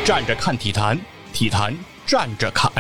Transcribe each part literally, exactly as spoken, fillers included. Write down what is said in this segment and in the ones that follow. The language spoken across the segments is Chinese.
站着看体坛，体坛站着侃。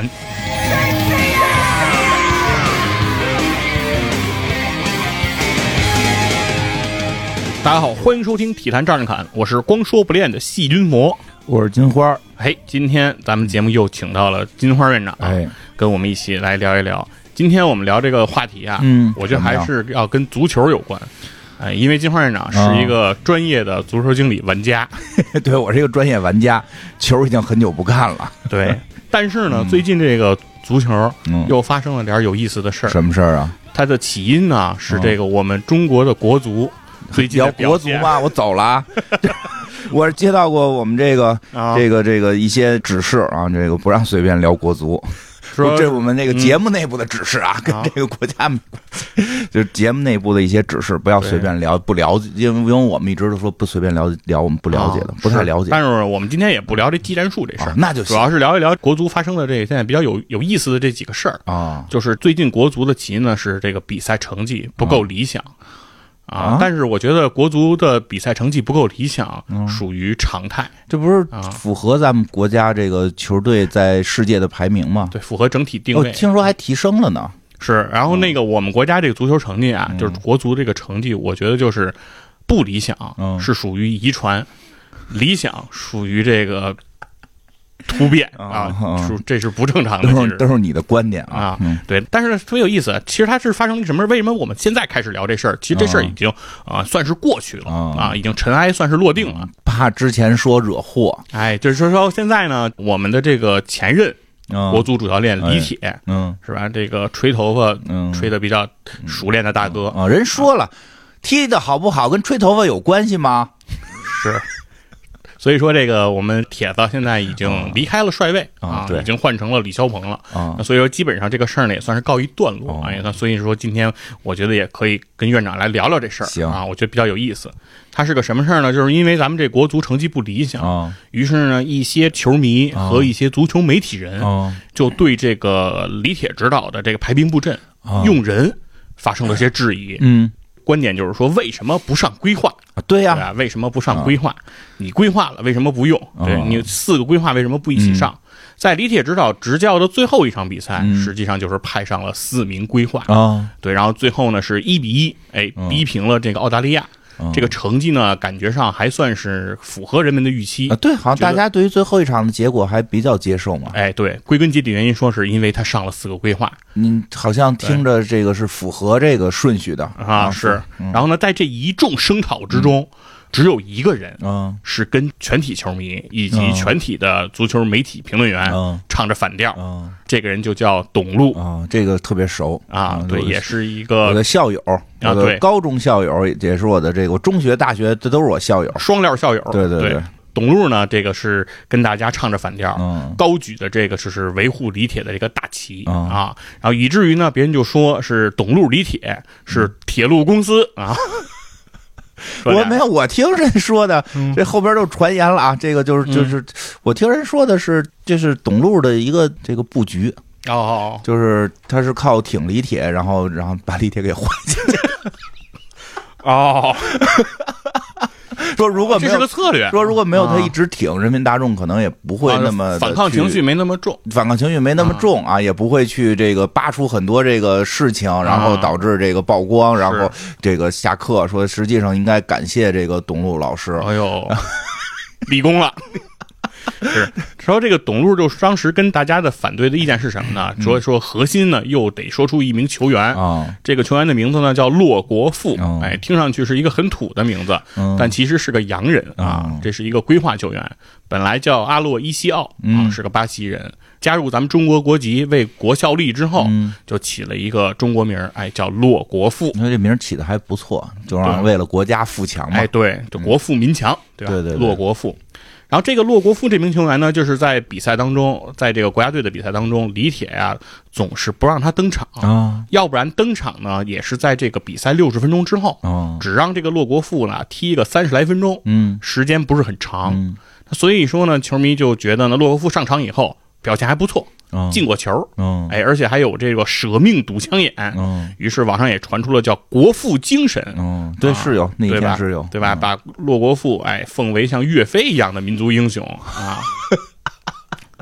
大家好，欢迎收听体坛站着侃，我是光说不练的细菌魔， 我是金花。 嘿，今天咱们节目又请到了金花院长，哎，跟我们一起来聊一聊。今天我们聊这个话题啊，嗯，我觉得还是要跟足球有关。哎，因为金花院长是一个专业的足球经理玩家， 哦、对我是一个专业玩家，球已经很久不看了。 对，但是呢，嗯、最近这个足球又发生了点有意思的事儿。 什么事儿啊？ 它的起因呢是这个我们中国的国足最近的表现。 国足吗？我走了。我是接到过我们这个、啊、这个这个一些指示啊，这个不让随便聊国足。说这是我们那个节目内部的指示啊，嗯、跟这个国家没关系，就是节目内部的一些指示，不要随便聊，不了解，因为因为我们一直都说不随便聊聊我们不了解的，啊、不太了解。 但是我们今天也不聊这技战术这事儿、 啊，那就行主要是聊一聊国足发生的这个现在比较有有意思的这几个事儿啊。就是最近国足的起因呢是这个比赛成绩不够理想。啊啊！但是我觉得国足的比赛成绩不够理想，嗯、属于常态。 这不是符合咱们国家这个球队在世界的排名吗？ 对，符合整体定位。 哦、听说还提升了呢。 是，然后那个我们国家这个足球成绩啊，嗯、就是国足这个成绩，我觉得就是不理想，嗯、是属于遗传；理想属于这个突变啊，是这是不正常的， 都是都是你的观点啊。 啊嗯、对，但是特别有意思。其实它是发生了什么？为什么我们现在开始聊这事儿？其实这事儿已经啊、呃、算是过去了啊，已经尘埃算是落定了。 怕之前说惹祸， 哎，就是说说现在呢，我们的这个前任国足主教练李铁，嗯，是吧？这个吹头发，嗯，吹的比较熟练的大哥啊，人说了，踢的好不好跟吹头发有关系吗？ 是。所以说，这个我们铁子现在已经离开了帅位、哦、啊， 对， 已经换成了李霄鹏了啊、哦。所以说，基本上这个事儿呢也算是告一段落、哦、哎。那所以说，今天我觉得也可以跟院长来聊聊这事儿，行啊，我觉得比较有意思。它是个什么事儿呢？就是因为咱们这国足成绩不理想，哦、于是呢，一些球迷和一些足球媒体人、哦、就对这个李铁指导的这个排兵布阵、哦、用人发生了些质疑。嗯。观点就是说，为什么不上规划？ 对呀、 啊，为什么不上规划？你规划了，为什么不用？对，你四个规划为什么不一起上？嗯、在李铁指导执教的最后一场比赛，嗯、实际上就是派上了四名规划啊、哦。对，然后最后呢是一比一，哎，逼平了这个澳大利亚。嗯、这个成绩呢，感觉上还算是符合人们的预期啊。对，好像大家对于最后一场的结果还比较接受嘛。 哎，对，归根结底原因说是因为他上了四个规划。 嗯，好像听着这个是符合这个顺序的啊。是，嗯、然后呢，在这一众声讨之中。嗯只有一个人，嗯，是跟全体球迷以及全体的足球媒体评论员唱着反调，嗯，这个人就叫董路啊，这个特别熟啊，对，也是一个我的校友啊，对， 高中校友，也是我的这个中学、大学，这都是我校友， 双料校友， 对对对。董路呢，这个是跟大家唱着反调，嗯、高举的这个就是维护李铁的这个大旗、嗯、啊，然后以至于呢，别人就说是董路李铁是铁路公司啊。 我没有，我听人说的，嗯、这后边都是传言了啊。这个就是就是，嗯、我听人说的是，这是董路的一个这个布局哦， 就是他是靠挺李铁，然后然后把李铁给换进去。 哦， 说如果没有这是个策略， 说如果没有他一直挺，啊、人民大众可能也不会那么、 啊、反抗情绪没那么重， 反抗情绪没那么重啊，啊也不会去这个扒出很多这个事情，然后导致这个曝光，啊、然后这个下课说实际上应该感谢这个董路老师。 哎呦，立功了。是说这个董路就当时跟大家的反对的意见是什么呢？所以说核心呢又得说出一名球员啊，嗯、这个球员的名字呢叫骆国富，嗯、哎，听上去是一个很土的名字，嗯、但其实是个洋人啊，嗯、这是一个规划球员，本来叫阿洛伊西奥啊，嗯、是个巴西人，加入咱们中国国籍为国效力之后，嗯、就起了一个中国名，哎，叫骆国富。 那这名起的还不错，就让为了国家富强嘛。 哎，对，就国富民强，嗯、对吧？ 对对对， 骆国富。然后这个骆国富这名球员呢，就是在比赛当中，在这个国家队的比赛当中，李铁呀、啊、总是不让他登场啊，要不然登场呢也是在这个比赛六十分钟之后，啊，只让这个骆国富呢踢一个三十来分钟，嗯，时间不是很长，嗯，所以说呢，球迷就觉得呢，骆国富上场以后表现还不错。进过球，嗯，哎，而且还有这个舍命堵枪眼，嗯，于是网上也传出了叫国父精神， 嗯，对，是有那一天是有， 对吧？把骆国富哎奉为像岳飞一样的民族英雄啊，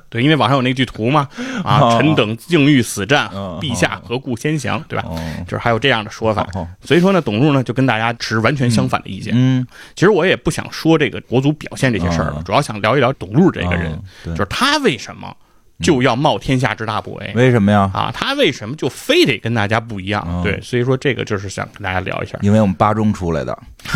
对，因为网上有那句图嘛，啊，臣等境遇死战，陛下何故先降，对吧？就是还有这样的说法。所以说呢，董路呢就跟大家持完全相反的意见。嗯，其实我也不想说这个国足表现这些事儿，主要想聊一聊董路这个人，就是他为什么就要冒天下之大不韪？ 为什么呀？ 啊，他为什么就非得跟大家不一样？对，所以说这个就是想跟大家聊一下， 因为我们八中出来的。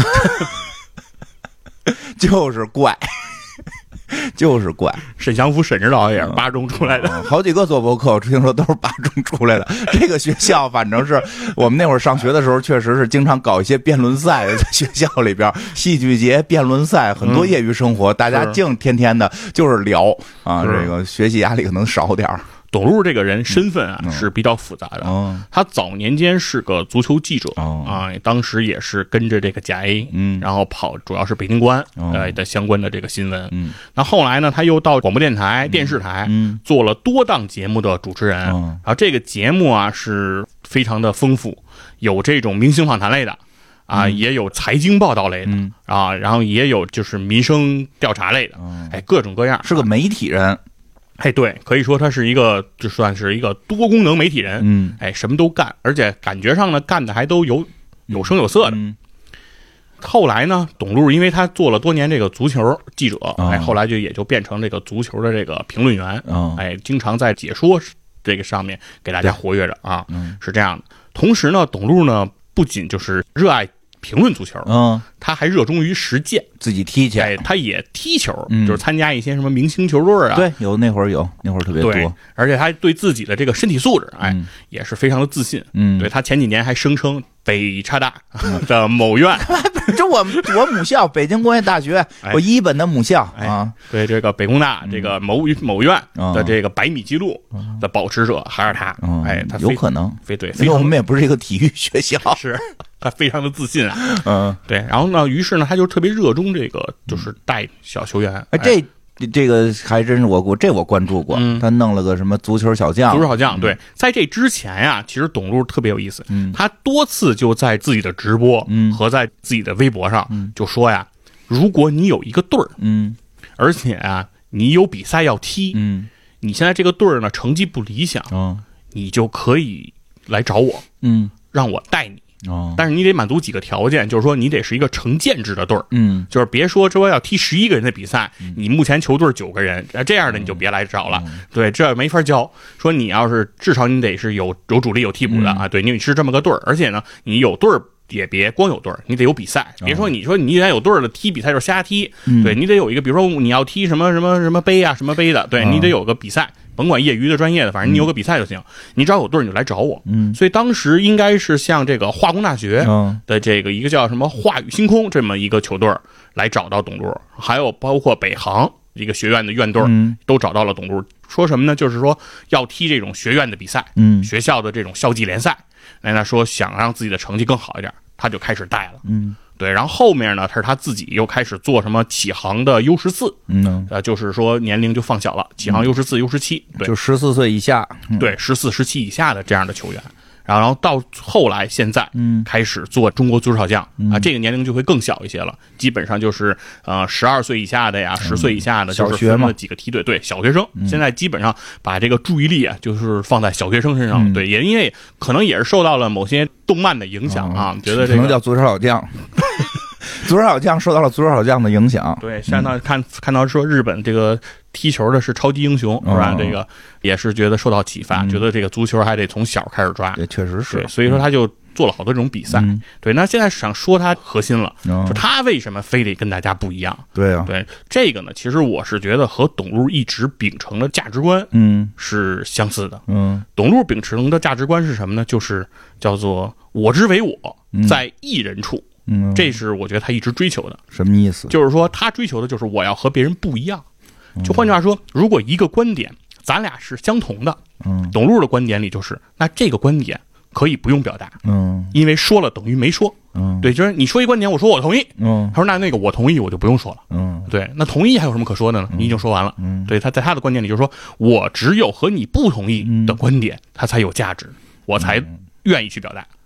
就是怪，就是怪。 沈祥福沈指导也是八中出来的， 嗯、好几个做播客，我听说都是八中出来的。这个学校反正是我们那会儿上学的时候，确实是经常搞一些辩论赛，在学校里边，戏剧节、辩论赛，很多业余生活，嗯、大家净天天的就是聊啊，这个学习压力可能少点儿。 董路这个人身份啊、嗯、是比较复杂的、嗯，他早年间是个足球记者、嗯、啊，当时也是跟着这个甲 A， 嗯，然后跑主要是北京国安、嗯、呃的相关的这个新闻，嗯，那后来呢，他又到广播电台、嗯、电视台，嗯，做了多档节目的主持人，嗯，然后这个节目啊是非常的丰富，有这种明星访谈类的。啊，也有财经报道类的、嗯、啊，然后也有就是民生调查类的，嗯、哎，各种各样， 是个媒体人。 哎，对，可以说他是一个，就算是一个多功能媒体人，嗯，哎，什么都干，而且感觉上呢，干的还都有有声有色的。嗯、后来呢，董路因为他做了多年这个足球记者，哦、哎，后来就也就变成这个足球的这个评论员，哦、哎，经常在解说这个上面给大家活跃着啊，嗯、是这样的。同时呢，董路呢不仅就是热爱评论足球，嗯，他还热衷于实践， 自己踢去， 哎，他也踢球，嗯，就是参加一些什么明星球队啊， 对，有那会儿有，那会儿特别多， 对，而且他对自己的这个身体素质，哎，嗯、也是非常的自信，嗯，对他前几年还声称北茶大的某院， 这我我母校北京工业大学，哎、我一本的母校、 哎、 啊， 对这个北工大、嗯、这个某某院的这个百米记录的保持者还是他， 嗯、 哎，他有可能， 非对， 因为我们也不是一个体育学校， 是。他非常的自信啊，嗯，对，然后呢，于是呢，他就特别热衷这个，就是带小球员。 哎，这这个还真是我我这我关注过，嗯、他弄了个什么足球小将， 足球小将。对，在这之前呀，其实董路特别有意思，嗯、他多次就在自己的直播和在自己的微博上就说呀，如果你有一个队儿，嗯，而且啊，你有比赛要踢，嗯，你现在这个队儿呢成绩不理想，嗯，你就可以来找我，嗯，让我带你。哦，但是你得满足几个条件，就是说你得是一个成建制的队儿，嗯，就是别说说要踢十一个人的比赛，嗯、你目前球队九个人，这样的你就别来找了，嗯、对，这没法教。说你要是至少你得是有有主力有替补的、嗯、啊，对，你是这么个队儿，而且呢，你有队儿也别光有队儿，你得有比赛，别说你说你得有队儿的踢比赛就是瞎踢，嗯、对你得有一个，比如说你要踢什么什么什么杯啊什么杯的，对你得有个比赛。甭管业余的专业的，反正你有个比赛就行，嗯、你只要有队你就来找我。嗯，所以当时应该是像这个化工大学的这个一个叫什么华宇星空这么一个球队来找到董路，还有包括北航一个学院的院队都找到了董路，说什么呢？就是说要踢这种学院的比赛，嗯，学校的这种校际联赛，那他说想让自己的成绩更好一点，他就开始带了。嗯。对，然后后面呢，他是他自己又开始做什么启航的 U 十四，嗯，呃，就是说年龄就放小了，启航 U 十四、U 十七，对， 就十四岁以下， 嗯、对，十四、十七以下的这样的球员。然后到后来现在，嗯，开始做中国足球小将、嗯、啊，这个年龄就会更小一些了，基本上就是呃十二岁以下的呀，十岁以下的，就是分了几个梯队，对，小学生、嗯、现在基本上把这个注意力啊，就是放在小学生身上，嗯、对，也因为可能也是受到了某些动漫的影响啊，嗯、觉得这个可能叫足球小将。足球小将受到了足球小将的影响， 对，现在看、嗯、看到说日本这个踢球的是超级英雄，是吧？哦、这个也是觉得受到启发、嗯，觉得这个足球还得从小开始抓， 也确实是， 所以说他就做了好多这种比赛。嗯、对，那现在想说他核心了，哦、就他为什么非得跟大家不一样？ 对啊， 对这个呢，其实我是觉得和董路一直秉承的价值观，嗯，是相似的。嗯，董路秉承的价值观是什么呢？就是叫做我之为我，在一人处。嗯，这是我觉得他一直追求的。 什么意思？ 就是说他追求的就是我要和别人不一样。就换句话说，如果一个观点咱俩是相同的，嗯，董路的观点里就是那这个观点可以不用表达，嗯，因为说了等于没说，嗯，对，就是你说一观点，我说我同意，嗯，他说那那个我同意我就不用说了，嗯，对，那同意还有什么可说的呢？你已经说完了，嗯，对，他在他的观点里就是说我只有和你不同意的观点，它才有价值，我才愿意去表达。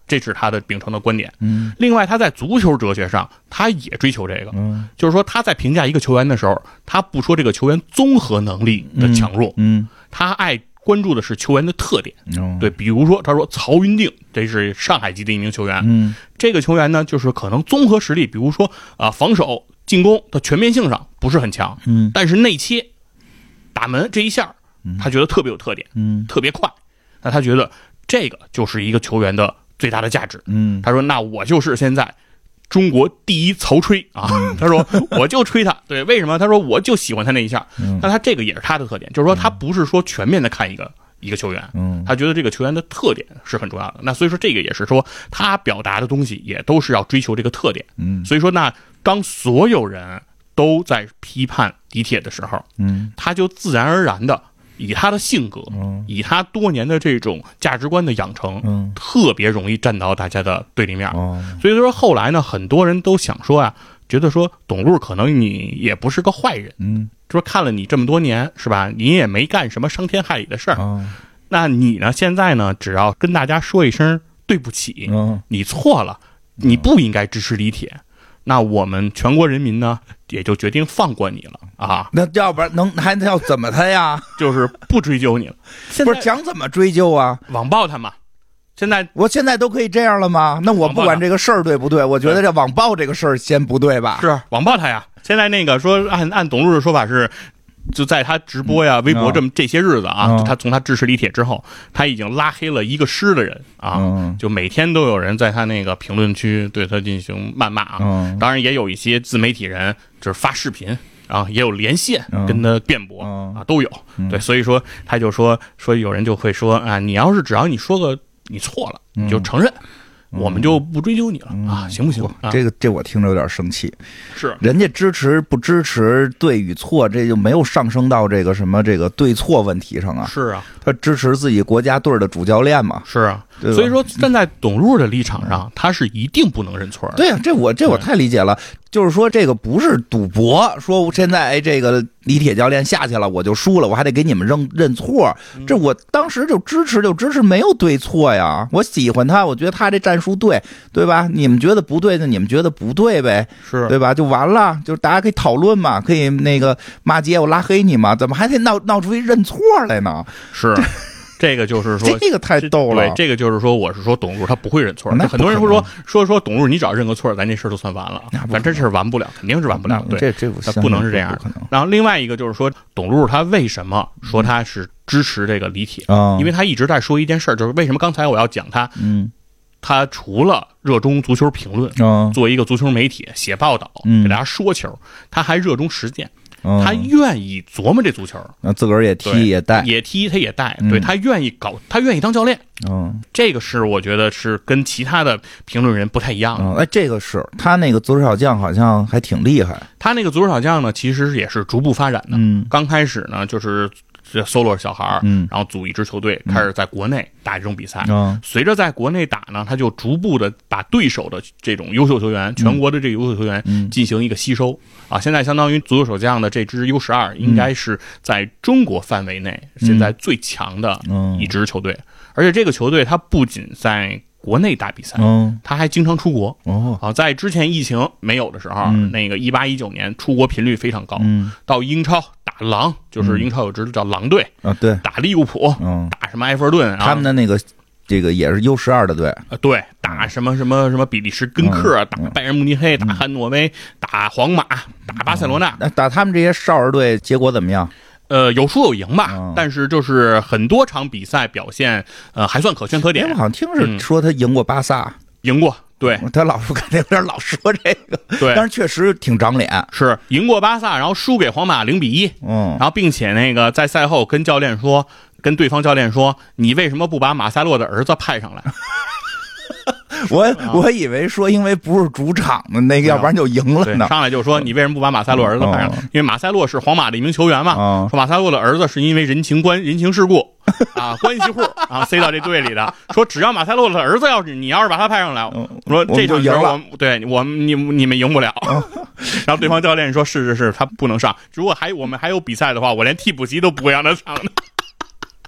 这是他的秉承的观点。 嗯， 另外他在足球哲学上，他也追求这个， 嗯， 就是说他在评价一个球员的时候，他不说这个球员综合能力的强弱， 嗯， 他爱关注的是球员的特点。 嗯， 对，比如说他说曹云定，这是上海籍的一名球员， 嗯， 这个球员呢，就是可能综合实力，比如说啊、呃、防守、进攻的全面性上不是很强， 嗯， 但是内切、打门这一下，他觉得特别有特点， 嗯， 特别快，那他觉得这个就是一个球员的最大的价值。 嗯， 他说那我就是现在中国第一曹吹啊，他说我就吹他，对，为什么？他说我就喜欢他那一下，那他这个也是他的特点，就是说他不是说全面的看一个一个球员， 嗯， 他觉得这个球员的特点是很重要的。那所以说这个也是说他表达的东西也都是要追求这个特点。 嗯， 所以说那当所有人都在批判李铁的时候， 嗯，他就自然而然的以他的性格， 嗯， 以他多年的这种价值观的养成， 嗯， 特别容易站到大家的对立面。 哦， 所以说后来呢，很多人都想说啊，觉得说董路可能你也不是个坏人， 嗯， 说看了你这么多年是吧，你也没干什么伤天害理的事儿， 哦， 那你呢现在呢，只要跟大家说一声对不起， 嗯， 你错了，你不应该支持李铁，那我们全国人民呢也就决定放过你了啊。 那要不然能还要怎么他呀？ 就是不追究你了。 不是想怎么追究啊？ 网暴他嘛。现在我现在都可以这样了吗？那我不管这个事儿对不对，我觉得这网暴这个事儿先不对吧？ 是网暴他呀。现在那个说按按董路的说法是，就在他直播呀、微博这么这些日子啊， 嗯、 他从他支持李铁之后，他已经拉黑了一个师的人啊， 嗯、 就每天都有人在他那个评论区对他进行谩骂啊。 嗯、 当然也有一些自媒体人就是发视频。啊，也有连线跟他辩驳、 嗯、 啊，都有。对，所以说他就说说有人就会说啊，你要是只要你说个你错了，你就承认。 嗯、 我们就不追究你了、 嗯、 啊，行不行？啊、 这个这我听着有点生气。 是， 人家支持不支持对与错，这就没有上升到这个什么这个对错问题上啊。 是啊， 他支持自己国家队的主教练嘛。 是啊，所以说站在董路的立场上，他是一定不能认错的。 对啊，这我这我太理解了。就是说这个不是赌博，说现在哎这个李铁教练下去了我就输了，我还得给你们认认错。这我当时就支持就支持，没有对错呀。我喜欢他，我觉得他这战术对，对吧？你们觉得不对，那你们觉得不对呗， 是对吧？就完了，就是大家可以讨论嘛，可以那个骂街我拉黑你嘛，怎么还得闹闹出一认错来呢？ 是。这个就是说， 这个太逗了。 对，这个就是说，我是说董路他不会认错。很多人会说说说董路，你只要认个错，咱这事就算完了。反正这事完不了，肯定是完不了。对， 这这他不能是这样。然后另外一个就是说，董路他为什么说他是支持这个李铁？ 嗯、 因为他一直在说一件事，就是为什么刚才我要讲他， 嗯， 他除了热衷足球评论， 嗯， 做一个足球媒体写报道， 嗯， 给大家说球，他还热衷实践。 嗯、 他愿意琢磨这足球， 那自个儿也踢也带， 也踢他也带，对、嗯、他愿意搞，他愿意当教练。 嗯， 这个是我觉得是跟其他的评论人不太一样的。 嗯，哎，这个是他那个足球小将好像还挺厉害。 他那个足球小将呢，其实也是逐步发展的。 嗯， 刚开始呢就是这 solo 小孩， 嗯， 然后组一支球队，开始在国内打这种比赛。 嗯， 随着在国内打呢，他就逐步的把对手的这种优秀球员，全国的这个优秀球员进行一个吸收。啊，现在相当于足球小将的这支 U 十二，应该是在中国范围内现在最强的一支球队。而且这个球队它不仅在国内打比赛， 嗯， 他还经常出国。 哦， 啊，在之前疫情没有的时候， 嗯、 那个一八一九年出国频率非常高。 嗯， 到英超打狼，就是英超有支叫狼队啊，对， 打利物浦， 嗯， 打什么埃弗顿， 他们的那个这个也是 U 十二的队， 呃，对，打什么什么什么比利时根克， 嗯、 打拜仁慕尼黑，打汉诺威，打皇马，打巴塞罗那。 那、嗯、打他们这些少儿队，结果怎么样？ 呃，有输有赢吧， 嗯、 但是就是很多场比赛表现，呃，还算可圈可点。 我好像听是说他赢过巴萨， 嗯、赢过，对， 他老说感觉有点老说这个， 对， 但是确实挺长脸， 是赢过巴萨，然后输给皇马零比一， 嗯， 然后并且那个在赛后跟教练说，跟对方教练说，你为什么不把马塞洛的儿子派上来？ 我我以为说因为不是主场的那个，要不然就赢了呢。 上来就说你为什么不把马塞洛儿子派上来？因为马塞洛是皇马的一名球员嘛。 说马塞洛的儿子是因为人情关人情世故啊关系户啊塞到这队里的。说只要马塞洛的儿子要是你要是把他派上来，我说这场球我对我们你你们赢不了。然后对方教练说是是是他不能上，如果还我们还有比赛的话，我连替补席都不会让他上的。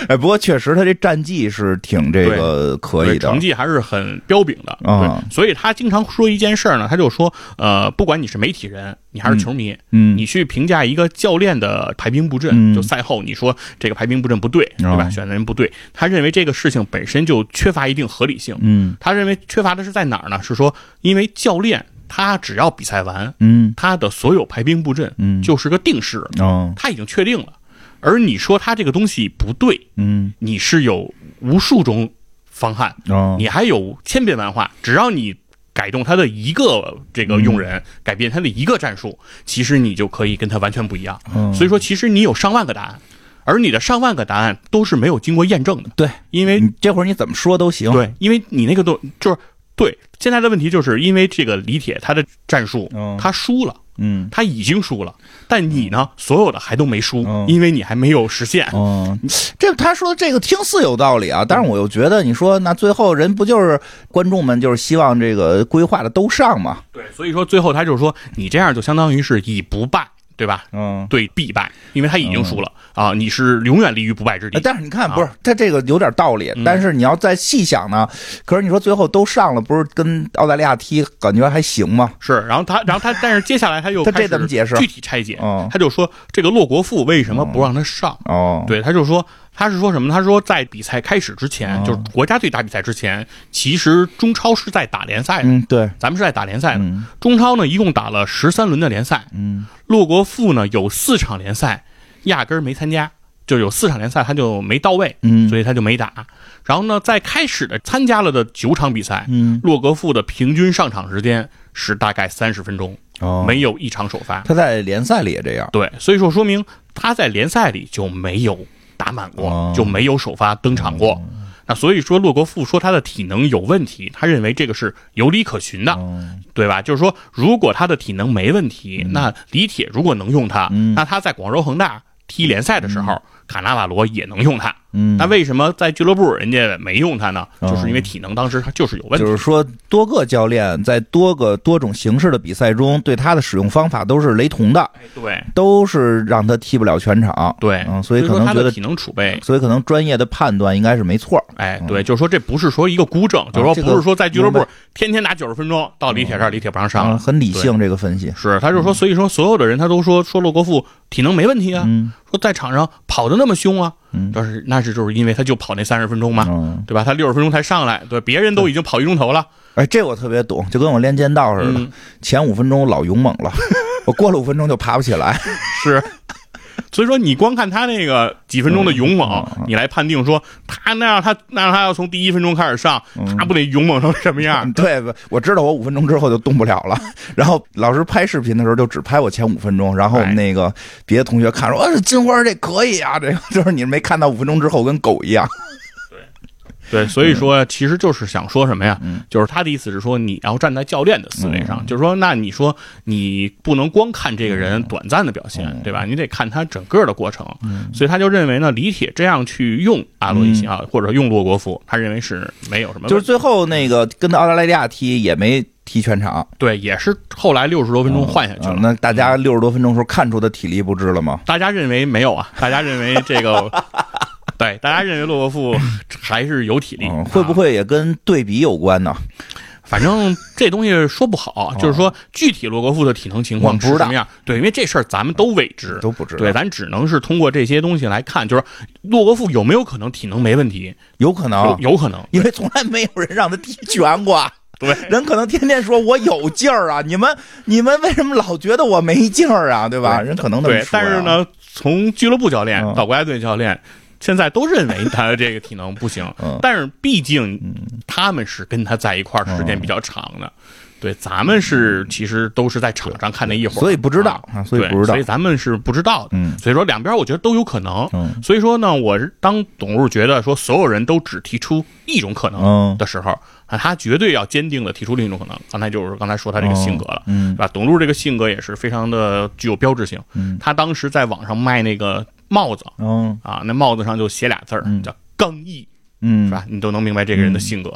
哎，不过确实他这战绩是挺这个可以的， 成绩还是很彪炳的啊、嗯。所以他经常说一件事呢，他就说，呃，不管你是媒体人，你还是球迷，嗯，你去评价一个教练的排兵布阵，嗯、就赛后你说这个排兵布阵不对，对吧？嗯、选的人不对，他认为这个事情本身就缺乏一定合理性。嗯，他认为缺乏的是在哪儿呢？是说，因为教练。他只要比赛完，嗯，他的所有排兵布阵，嗯，就是个定式，哦，他已经确定了。而你说他这个东西不对，嗯，你是有无数种方案，哦，你还有千变万化，只要你改动他的一个这个用人，嗯、改变他的一个战术，其实你就可以跟他完全不一样。嗯、所以说，其实你有上万个答案。而你的上万个答案都是没有经过验证的， 对， 因为这会儿你怎么说都行， 对，因为你那个都就是对。现在的问题就是因为这个李铁他的战术，嗯、他输了，嗯，他已经输了，但你呢，所有的还都没输，嗯、因为你还没有实现。 嗯，这他说这个听似有道理啊，但是我又觉得，你说那最后人不就是观众们就是希望这个规划的都上嘛？ 对，所以说最后他就是说，你这样就相当于是以不败。对吧？嗯，对，必败，因为他已经输了、嗯、啊！你是永远立于不败之地。 但是你看，不是他这个有点道理，嗯、但是你要再细想呢，可是你说最后都上了，不是跟澳大利亚踢，感觉还行吗？ 是，然后他，然后他，但是接下来他又他这怎么解释？ 具体拆解，哦、他就说这个洛国富为什么不让他上？哦，对，他就说。他是说什么？他说在比赛开始之前，哦、就是国家队打比赛之前，其实中超是在打联赛的。 嗯，对， 咱们是在打联赛的。嗯、中超呢，一共打了十三轮的联赛。嗯，洛国富呢有四场联赛压根儿没参加，就有四场联赛他就没到位，嗯，所以他就没打。然后呢，在开始的参加了的九场比赛，嗯，洛国富的平均上场时间是大概三十分钟。哦，没有一场首发。 他在联赛里也这样。 对，所以说说明他在联赛里就没有打满过，哦、就没有首发登场过。哦、那所以说，洛国富说他的体能有问题，他认为这个是有理可循的，哦、对吧？就是说，如果他的体能没问题，嗯、那李铁如果能用他，嗯、那他在广州恒大踢联赛的时候，嗯、卡纳瓦罗也能用他。嗯，那为什么在俱乐部人家没用他呢？哦、就是因为体能当时他就是有问题。 就是说，多个教练在多个多种形式的比赛中，对他的使用方法都是雷同的。 哎、对， 都是让他踢不了全场。 对， 嗯，所以可能觉得体能储备， 所以可能专业的判断应该是没错。 哎，对，嗯、就是说这不是说一个孤证，啊、就是说不是说在俱乐部天天打九十分钟，到李铁这儿李铁不让上了， 嗯，很理性这个分析。 是，他就说，所以说所有的人他都说说洛国富体能没问题啊，嗯、说在场上跑得那么凶啊。嗯，就是那是就是因为他就跑那三十分钟嘛，嗯、对吧？他六十分钟才上来，对，别人都已经跑一钟头了。 哎，这我特别懂，就跟我练剑道似的，嗯、前五分钟老勇猛了，我过了五分钟就爬不起来。 是，所以说你光看他那个几分钟的勇猛，嗯、你来判定说他那样他那样他要从第一分钟开始上，嗯、他不得勇猛成什么样？ 对，我知道我五分钟之后就动不了了。然后老师拍视频的时候就只拍我前五分钟，然后那个别的同学看说，啊，金花这可以啊，这个就是你没看到五分钟之后跟狗一样。 对，所以说其实就是想说什么呀？嗯、就是他的意思是说，你要站在教练的思维上，嗯、就是说，那你说你不能光看这个人短暂的表现，嗯、对吧？你得看他整个的过程。嗯、所以他就认为呢，李铁这样去用阿洛伊西奥、嗯、或者用洛国富，他认为是没有什么问题。 就是最后那个跟澳大利亚踢也没踢全场， 对，也是后来六十多分钟换下去了。 嗯嗯、那大家六十多分钟时候看出的体力不支了吗？ 大家认为没有啊？大家认为这个。对，大家认为洛国富还是有体力， 嗯、会不会也跟对比有关呢？ 反正这东西说不好，就是说具体洛国富的体能情况是什么样，对，因为这事儿咱们都未知， 都不知道。 对，咱只能是通过这些东西来看，就是洛国富有没有可能体能没问题？ 有可能， 有, 有可能， 因为从来没有人让他踢全过。 对， 人可能天天说我有劲儿啊，你们你们为什么老觉得我没劲儿啊？对吧？对，人可能那么说、啊、 对，但是呢，从俱乐部教练到国家队教练。嗯现在都认为他的这个体能不行，嗯、但是毕竟他们是跟他在一块儿时间比较长的，嗯、对，咱们是其实都是在场上看那一会儿， 所以不知道啊，所以不知道， 所以咱们是不知道的，嗯，所以说两边我觉得都有可能，嗯，所以说呢，我当董路觉得说所有人都只提出一种可能的时候，啊，他绝对要坚定的提出另一种可能。刚才就是刚才说他这个性格了，嗯，是吧？董路这个性格也是非常的具有标志性，嗯，他当时在网上卖那个。帽子，嗯啊，那帽子上就写俩字儿，嗯、叫刚毅，嗯，是吧？你都能明白这个人的性格，嗯、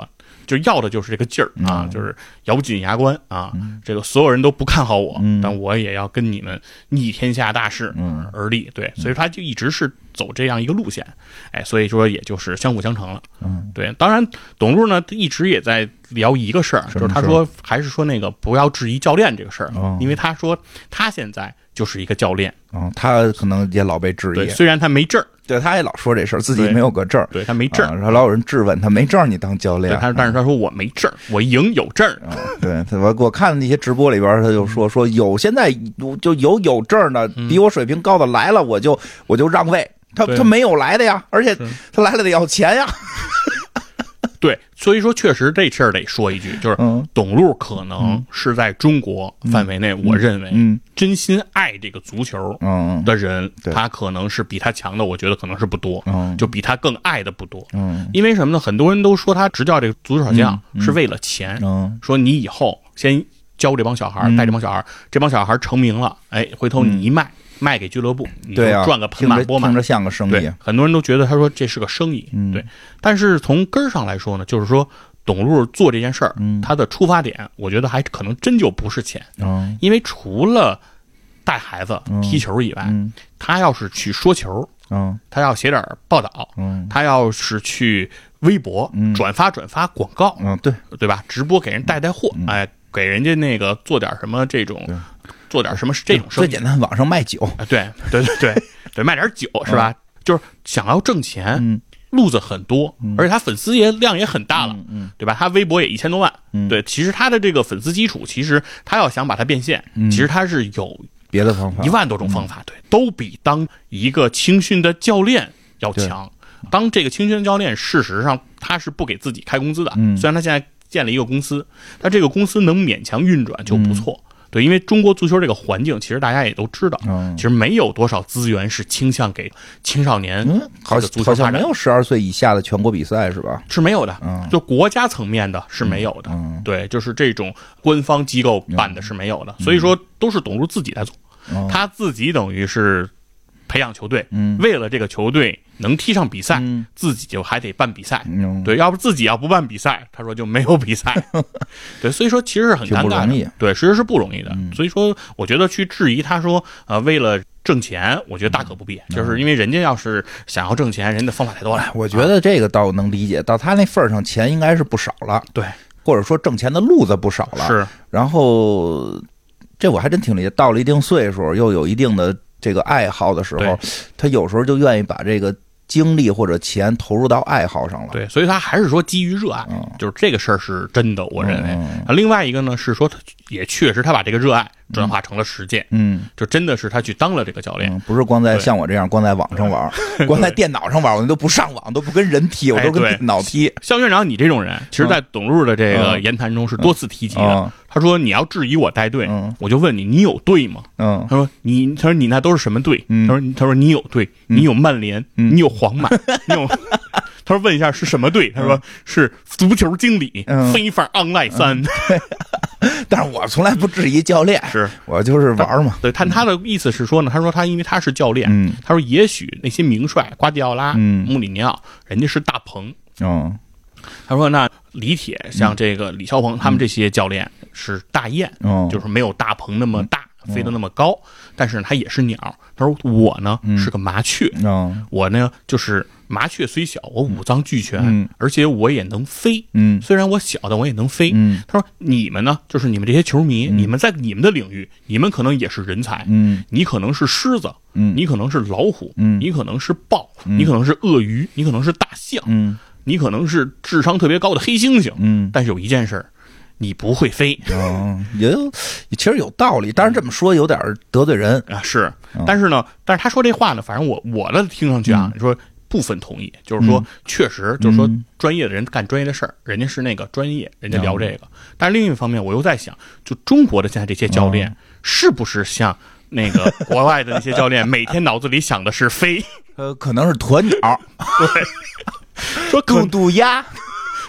就要的就是这个劲儿啊，就是咬紧牙关啊，这个所有人都不看好我，但我也要跟你们逆天下大势而立。对，所以他就一直是走这样一个路线，哎，所以说也就是相辅相成了。嗯，对，当然董路呢一直也在聊一个事儿，就是他说还是说那个不要质疑教练这个事儿，因为他说他现在就是一个教练， 嗯，他可能也老被质疑， 对，虽然他没证儿。 对，他也老说这事儿，自己没有个证儿， 对他没证儿， 然后老有人质问他没证儿，你当教练？ 他但是他说我没证儿，我赢有证儿。 对，我我看那些直播里边，他就说说有现在就有有证儿的，比我水平高的来了，我就我就让位。他他没有来的呀，而且他来了得要钱呀。 对，所以说确实这事儿得说一句，就是董路可能是在中国范围内，我认为真心爱这个足球的人，他可能是比他强的，我觉得可能是不多，就比他更爱的不多。因为什么呢？很多人都说他执教这个足球小将是为了钱，说你以后先教这帮小孩，带这帮小孩，这帮小孩成名了，哎，回头你一卖。卖给俱乐部，你就赚个盆满钵满， 听着像个生意。 对，很多人都觉得他说这是个生意，嗯、对。但是从根儿上来说呢，就是说董路做这件事儿，嗯、他的出发点，我觉得还可能真就不是钱，嗯、因为除了带孩子踢球以外，嗯、他要是去说球，嗯、他要写点报道，嗯、他要是去微博、嗯、转发转发广告， 嗯、对对吧？直播给人带带货，嗯、哎，给人家那个做点什么这种。做点什么这种生意， 最简单，网上卖酒， 对对对对对，卖点酒是吧？嗯、就是想要挣钱，嗯、路子很多，嗯、而且他粉丝也量也很大了，嗯、对吧？他微博也一千多万，嗯、对，其实他的这个粉丝基础，其实他要想把它变现，嗯、其实他是有别的方法， 一万多种方法，嗯、对，都比当一个青训的教练要强。当这个青训的教练，事实上他是不给自己开工资的，嗯、虽然他现在建了一个公司，但这个公司能勉强运转就不错。嗯对，因为中国足球这个环境，其实大家也都知道，嗯、其实没有多少资源是倾向给青少年嗯，好好像没有十二岁以下的全国比赛是吧？ 是没有的，嗯、就国家层面的是没有的，嗯、对，就是这种官方机构办的是没有的，嗯、所以说都是董路自己在做，嗯、他自己等于是培养球队，嗯、为了这个球队能踢上比赛，嗯、自己就还得办比赛，嗯、对，要不自己要不办比赛，他说就没有比赛，对，所以说其实是很尴尬的，对，其实是不容易的，嗯、所以说我觉得去质疑他说，呃，为了挣钱，我觉得大可不必，嗯、就是因为人家要是想要挣钱，人的方法太多了。 我觉得这个倒能理解，到他那份上，钱应该是不少了， 对， 或者说挣钱的路子不少了， 是， 然后这我还真挺理解，到了一定岁数，又有一定的这个爱好的时候，他有时候就愿意把这个精力或者钱投入到爱好上了。 对，所以他还是说基于热爱，嗯、就是这个事儿是真的，我认为。嗯、另外一个呢是说，他也确实他把这个热爱转化成了实践，嗯，就真的是他去当了这个教练， 嗯、不是光在像我这样光在网上玩，光在电脑上玩，我都不上网，都不跟人踢，我都跟电脑踢。 像院长你这种人，其实，在董路的这个言谈中是多次提及的。嗯嗯、他说：“你要质疑我带队，嗯、我就问你，你有队吗？”嗯，他说：“你，他说你那都是什么队？”嗯、他说：“他说你有队，你有曼联，嗯、你有皇马，你有。”他说：“问一下是什么队？”他说：“是足球经理，嗯、非法 online 三。 嗯”但是我从来不质疑教练， 是我就是玩嘛。 对，但他的意思是说呢，他说他因为他是教练，嗯、他说也许那些名帅瓜迪奥拉、嗯、穆里尼奥，人家是大鹏，嗯，他说那李铁像这个李霄鹏、嗯、他们这些教练是大雁，嗯、就是没有大鹏那么大。嗯、飞得那么高，但是他也是鸟。他说我呢、嗯、是个麻雀，嗯、我呢就是麻雀虽小，我五脏俱全，嗯、而且我也能飞。嗯，虽然我小，但我也能飞。嗯，他说你们呢，就是你们这些球迷，嗯、你们在你们的领域，你们可能也是人才。嗯，你可能是狮子，嗯，你可能是老虎，嗯，你可能是豹，嗯、你可能是鳄鱼，你可能是大象，嗯，你可能是智商特别高的黑猩猩。嗯，但是有一件事。你不会飞， 嗯，也有，其实有道理，但是这么说有点得罪人啊。是，但是呢，但是他说这话呢，反正我我的听上去啊，你、嗯、说部分同意，就是说、嗯、确实就是说专业的人干专业的事儿，人家是那个专业，人家聊这个。嗯、但是另一方面，我又在想，就中国的现在这些教练，嗯、是不是像那个国外的那些教练，每天脑子里想的是飞？ 呃，可能是鸵鸟， 对，说渡渡鸦。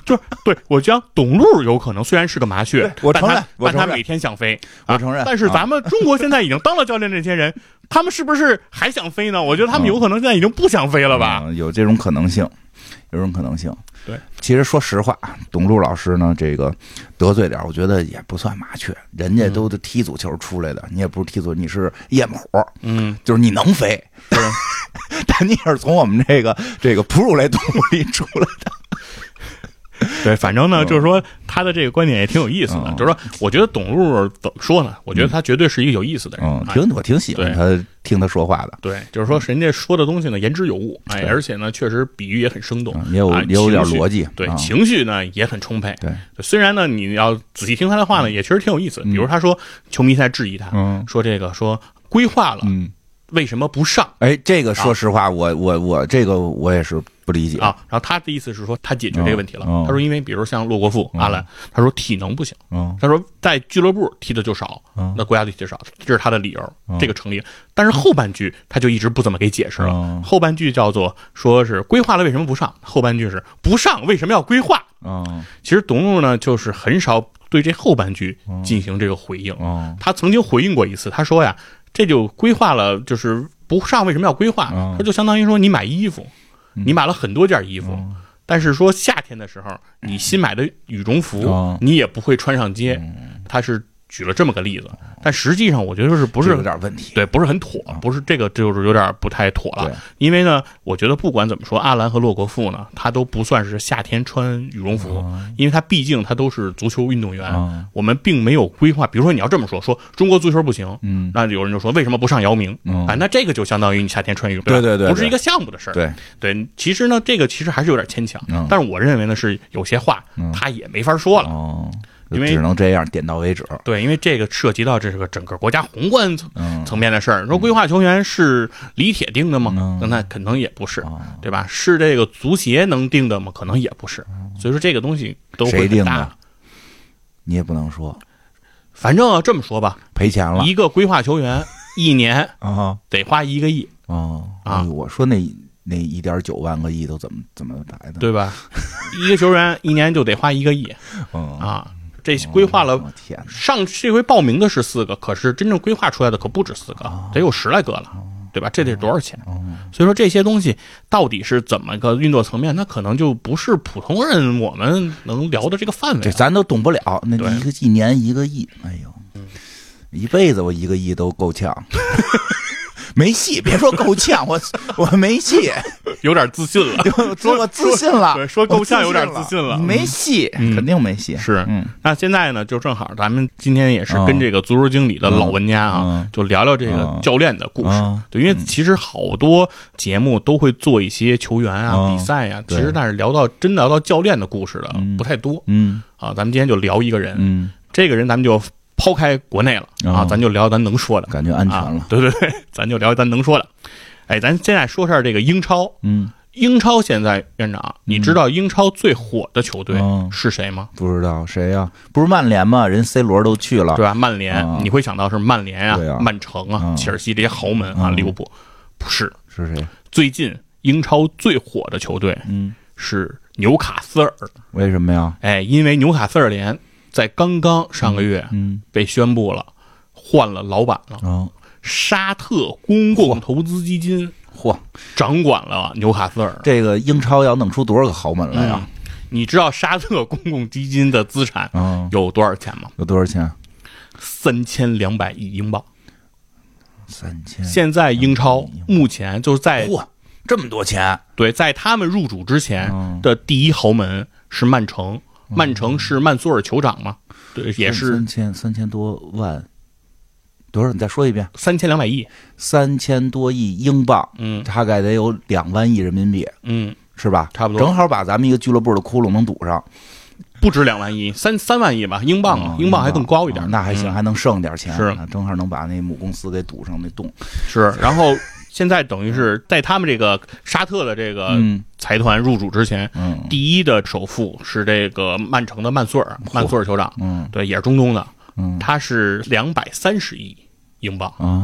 就是对我讲董路有可能虽然是个麻雀， 我承认， 但他每天想飞， 我承认。 但是咱们中国现在已经当了教练这些人，他们是不是还想飞呢？我觉得他们有可能现在已经不想飞了吧？ 嗯、有这种可能性，有这种可能性。 对， 其实说实话，董路老师呢，这个得罪点，我觉得也不算麻雀，人家都踢足球出来的，你也不是踢足，你是夜猫， 嗯， 就是你能飞，但你也是从我们这个这个哺乳类动物里出来的。 对，反正呢，就是说他的这个观点也挺有意思的。 嗯、 就是说，我觉得董路怎么说呢？我觉得他绝对是一个有意思的人。 嗯，挺我挺喜欢他听他说话的。 对，就是说人家说的东西呢言之有物，哎，而且呢确实比喻也很生动， 嗯、也有、啊、也有点逻辑。 对， 嗯、 情绪呢也很充沛。 对， 虽然呢你要仔细听他的话呢，也确实挺有意思。比如他说，球迷在质疑他， 嗯、 说这个说规划了， 嗯。 为什么不上？ 哎，这个说实话，啊、我我我这个我也是不理解啊。然后他的意思是说，他解决这个问题了。 嗯、 他说，因为比如像洛国富、嗯、阿兰，他说体能不行。 嗯、 他说在俱乐部踢的就少， 嗯、 那国家队踢的少，这是他的理由， 嗯、 这个成立。但是后半句他就一直不怎么给解释了。 嗯、 后半句叫做说是规划了为什么不上，后半句是不上为什么要规划。 嗯、 其实董路呢，就是很少对这后半句进行这个回应。 嗯、 他曾经回应过一次，他说呀，这就规划了，就是不上为什么要规划？ 嗯、 他就相当于说你买衣服， 嗯、 你买了很多件衣服， 嗯、 但是说夏天的时候，你新买的羽绒服， 嗯、 你也不会穿上街。 嗯、 他是举了这么个例子，但实际上我觉得是不是有点问题？ 对，不是很妥，不是这个就是有点不太妥了。 对， 因为呢，我觉得不管怎么说，阿兰和洛国富呢，他都不算是夏天穿羽绒服， 嗯、 因为他毕竟他都是足球运动员， 嗯、 我们并没有规划。比如说你要这么说，说中国足球不行， 嗯， 那有人就说为什么不上姚明？ 嗯， 啊，那这个就相当于你夏天穿羽绒服， 对对对， 不是一个项目的事儿。 对对，其实呢，这个其实还是有点牵强， 嗯、 但是我认为呢，是有些话、 嗯、 他也没法说了。 哦， 因为只能这样，点到为止。 对，因为这个涉及到这个整个国家宏观层、 嗯、 层面的事儿。说规划球员是李铁定的吗？ 嗯、 那可能也不是， 哦、 对吧？是这个足协能定的吗？可能也不是。所以说这个东西都会很大。 你也不能说。 反正、啊、这么说吧， 赔钱了。 一个规划球员一年啊得花一个亿哦啊！ 我说那那一点九万个亿都怎么怎么来的？ 对吧？一个球员一年就得花一个亿， 嗯啊。这规划了，上这回报名的是四个，可是真正规划出来的可不止四个，得有十来个了，对吧？这得多少钱？所以说这些东西到底是怎么个运作层面，那可能就不是普通人我们能聊的这个范围。 这咱都懂不了。那一个一年一个亿，哎呦，一辈子我一个亿都够呛。没戏，别说够呛，我我没戏， 有点自信了， 说我自信了， 对，说够呛有点自信了， 没戏， 嗯、 肯定没戏。 是， 嗯， 那现在呢，就正好咱们今天也是跟这个足球经理的老玩家啊， 嗯、 就聊聊这个教练的故事。 嗯、 对，因为其实好多节目都会做一些球员啊、 嗯、 比赛呀、啊，其实但是聊到真聊到教练的故事的、嗯、不太多。 嗯， 啊，咱们今天就聊一个人， 嗯， 这个人咱们就抛开国内了、 哦、 啊，咱就聊咱能说的， 感觉安全了。 啊、对对对，咱就聊咱能说的。哎，咱现在说下这个英超。 嗯， 英超现在院长，你知道英超最火的球队是谁吗？ 嗯、不知道谁呀、啊？不是曼联吗？人 C 罗都去了， 对吧？曼联， 嗯、 你会想到是曼联啊、 啊曼城啊、 嗯、 切尔西这些豪门啊， 嗯、 利物浦，不是， 是谁？ 最近英超最火的球队， 嗯， 是纽卡斯尔。 为什么呀？ 哎，因为纽卡斯尔联在刚刚上个月， 嗯， 被宣布了换了老板了。 哦， 沙特公共投资基金。 嚯， 掌管了纽卡斯尔。 这个英超要弄出多少个豪门来呀、 嗯？你知道沙特公共基金的资产有多少钱吗？ 有多少钱？ 三千两百亿英镑。 三千。 现在英超目前就是在嚯，这么多钱？ 对，在他们入主之前的第一豪门是曼城， 嗯、 曼城是曼苏尔酋长嘛？对，也是三千三千多万。多少？你再说一遍。 三千两百亿， 三千多亿英镑， 嗯， 大概得有两万亿人民币， 嗯， 是吧？ 差不多， 正好把咱们一个俱乐部的窟窿能堵上。 不止两万亿，三三万亿吧，英镑啊， 嗯、 英镑还更高一点， 哦、那还行、嗯，还能剩点钱， 是， 正好能把那母公司给堵上那洞。 是，然后现在等于是在他们这个沙特的这个财团入主之前， 嗯， 第一的首富是这个曼城的曼苏尔，曼苏尔酋长， 嗯， 对，也是中东的， 嗯， 他是两百三十亿。英镑啊，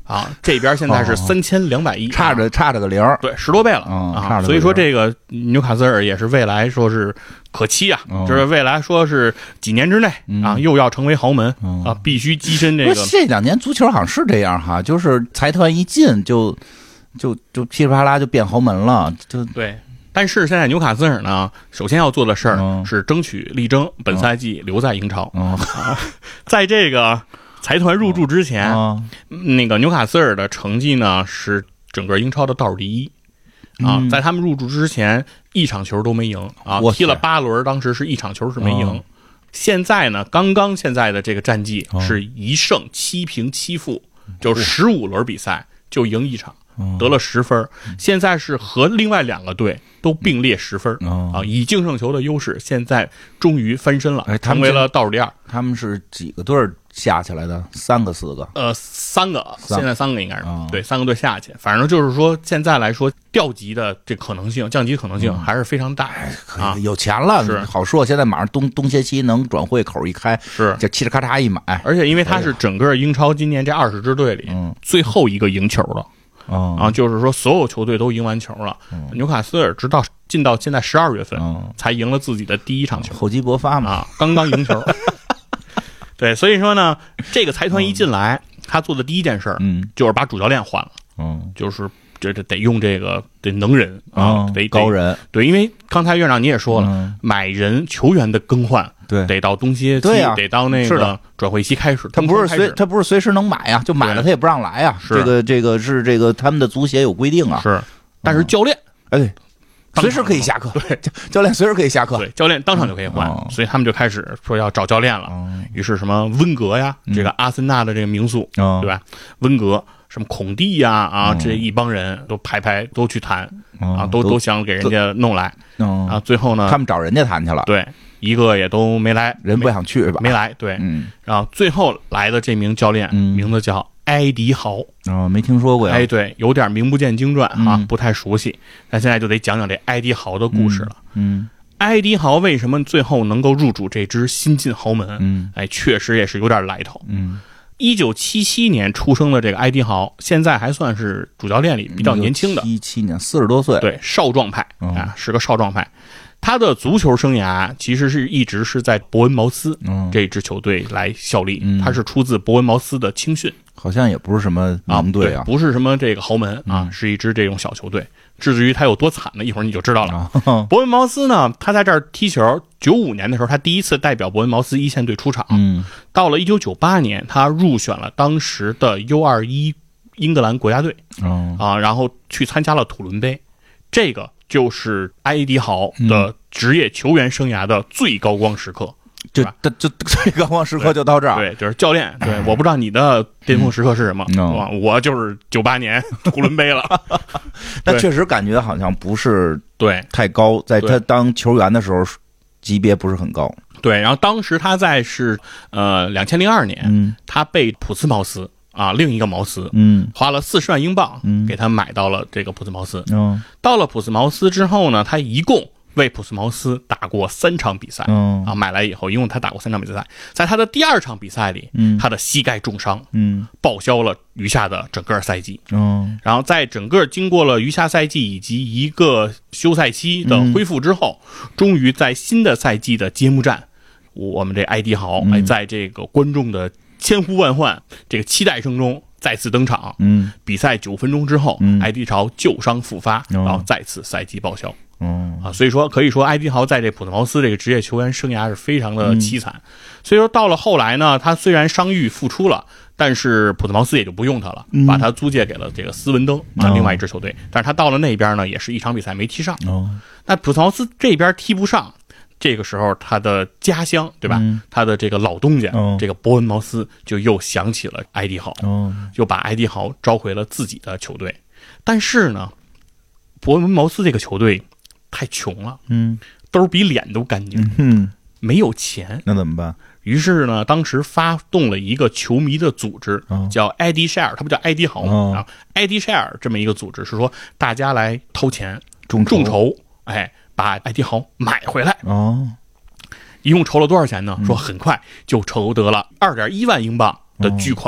啊，这边现在是三千两百亿， 差着差着个零， 对，十多倍了、 嗯、 啊。所以说这个纽卡斯尔也是未来说是可期啊， 嗯、 就是未来说是几年之内、嗯、啊，又要成为豪门、 嗯、 啊，必须跻身这个。 这两年足球好像是这样哈，就是财团一进就就就噼里啪啦就变豪门了，就对。但是现在纽卡斯尔呢，首先要做的事儿是争取力争本赛季留在英超。 嗯啊、在这个财团入驻之前、 嗯， 那个纽卡斯尔的成绩呢是整个英超的倒数第一啊。 嗯、 在他们入驻之前，一场球都没赢啊，踢了八轮，当时是一场球是没赢。嗯、现在呢，刚刚现在的这个战绩是一胜七平七负，嗯、就十五轮比赛就赢一场。得了十分，现在是和另外两个队都并列十分、 嗯、 啊，以净胜球的优势，现在终于翻身了， 哎、 成为了倒数第二。 他们是几个队下起来的？三个、四个？ 呃，三个，现在三个应该是、 嗯、 对，三个队下去。反正就是说，现在来说，调级的这可能性、降级可能性还是非常大、 嗯、 啊。 有钱了是好说，现在马上东东歇期能转会口一开， 是就嘁哩咔嚓一买。 而且因为他是整个英超今年这二十支队里、 嗯、 最后一个赢球的。 嗯、 啊，就是说所有球队都赢完球了， 嗯、 纽卡斯尔直到进到现在十二月份、 嗯、 才赢了自己的第一场球， 厚积薄发嘛， 啊，刚刚赢球。对，所以说呢，这个财团一进来，嗯、他做的第一件事， 嗯， 就是把主教练换了， 嗯， 就是这这得用这个得能人啊， 嗯、 得高人， 对，因为刚才院长你也说了， 嗯、 买人球员的更换。 对， 得到冬歇期， 对啊、 得到那个转会期开始。 他不是随他不是随时能买呀，就买了他也不让来呀。这个这个是这个他们的足协有规定啊。 是，但是教练， 哎、嗯，随时可以下课。 对， 教练随时可以下课。 对，教练当场就可以换， 嗯、 所以他们就开始说要找教练了。 嗯、 于是什么温格呀， 嗯、 这个阿森纳的这个名宿， 嗯、 对吧？温格。什么孔蒂呀啊，这一帮人都排排都去谈、 嗯、 啊，都都想给人家弄来、 嗯、 啊，最后呢， 他们找人家谈去了， 对，一个也都没来， 人不想去吧？ 没来，对， 嗯， 然后最后来的这名教练、 嗯、 名字叫埃迪豪， 哦，没听说过呀， 哎，对，有点名不见经传啊， 嗯、 不太熟悉，那现在就得讲讲这埃迪豪的故事了， 嗯。嗯埃迪豪为什么最后能够入主这支新晋豪门？ 嗯， 哎，确实也是有点来头。 嗯。 一九七七年出生的这个埃迪豪，现在还算是主教练里比较年轻的。 一七年四十多岁， 对，少壮派、 嗯、 啊，是个少壮派。他的足球生涯其实是一直是在伯恩茅斯这支球队来效力， 嗯、 他是出自伯恩茅斯的青训， 好像也不是什么名队啊， 啊不是什么这个豪门啊， 嗯、 是一支这种小球队。至于他有多惨呢，一会儿你就知道了。 哦、 伯恩茅斯呢，他在这儿踢球，九五年的时候，他第一次代表伯恩茅斯一线队出场。 嗯， 到了一九九八年，他入选了当时的 U 二十一 英格兰国家队。 哦、 啊，然后去参加了土伦杯，这个就是埃迪豪的职业球员生涯的最高光时刻。 就就就最高光时刻就到这儿， 对，就是教练。对，我不知道你的巅峰时刻是什么， 嗯、 我就是九八年土伦杯了。 但确实感觉好像不是对太高，在他当球员的时候级别不是很高。 对，然后当时他在是呃两千零二年， 嗯， 他被普斯茅斯啊另一个茅斯， 嗯， 花了四十万英镑， 嗯， 给他买到了这个普斯茅斯。 嗯， 到了普斯茅斯之后呢，他一共为普斯茅斯打过三场比赛， 嗯啊，买来以后，一共他打过三场比赛，在他的第二场比赛里， 嗯， 他的膝盖重伤， 嗯， 报销了余下的整个赛季， 嗯， 然后在整个经过了余下赛季以及一个休赛期的恢复之后， 嗯、 终于在新的赛季的揭幕战，我们这埃迪豪哎，在这个观众的千呼万唤、这个期待声中再次登场， 嗯， 比赛九分钟之后， 嗯、 埃迪豪旧伤复发， 嗯、 然后再次赛季报销。 嗯啊，所以说可以说埃迪豪在这普特茅斯这个职业球员生涯是非常的凄惨。嗯、所以说到了后来呢，他虽然伤愈复出了，但是普特茅斯也就不用他了， 嗯、 把他租借给了这个斯文登啊，另外一支球队。哦、但是他到了那边呢，也是一场比赛没踢上。 哦， 那普特茅斯这边踢不上，这个时候他的家乡对吧？ 嗯、 他的这个老东家、 哦、 这个伯恩茅斯就又想起了埃迪豪， 哦， 就把埃迪豪招回了自己的球队。但是呢，伯恩茅斯这个球队太穷了， 嗯， 兜比脸都干净， 嗯， 没有钱， 那怎么办？ 于是呢，当时发动了一个球迷的组织， 哦、 叫埃迪塞尔，他不叫埃迪豪吗？ 哦、 啊，埃迪塞尔这么一个组织是说大家来掏钱众众筹，哎，把埃迪豪买回来。 哦， 一共筹了多少钱呢？ 嗯、 说很快就筹得了二点一万英镑的巨款。 哦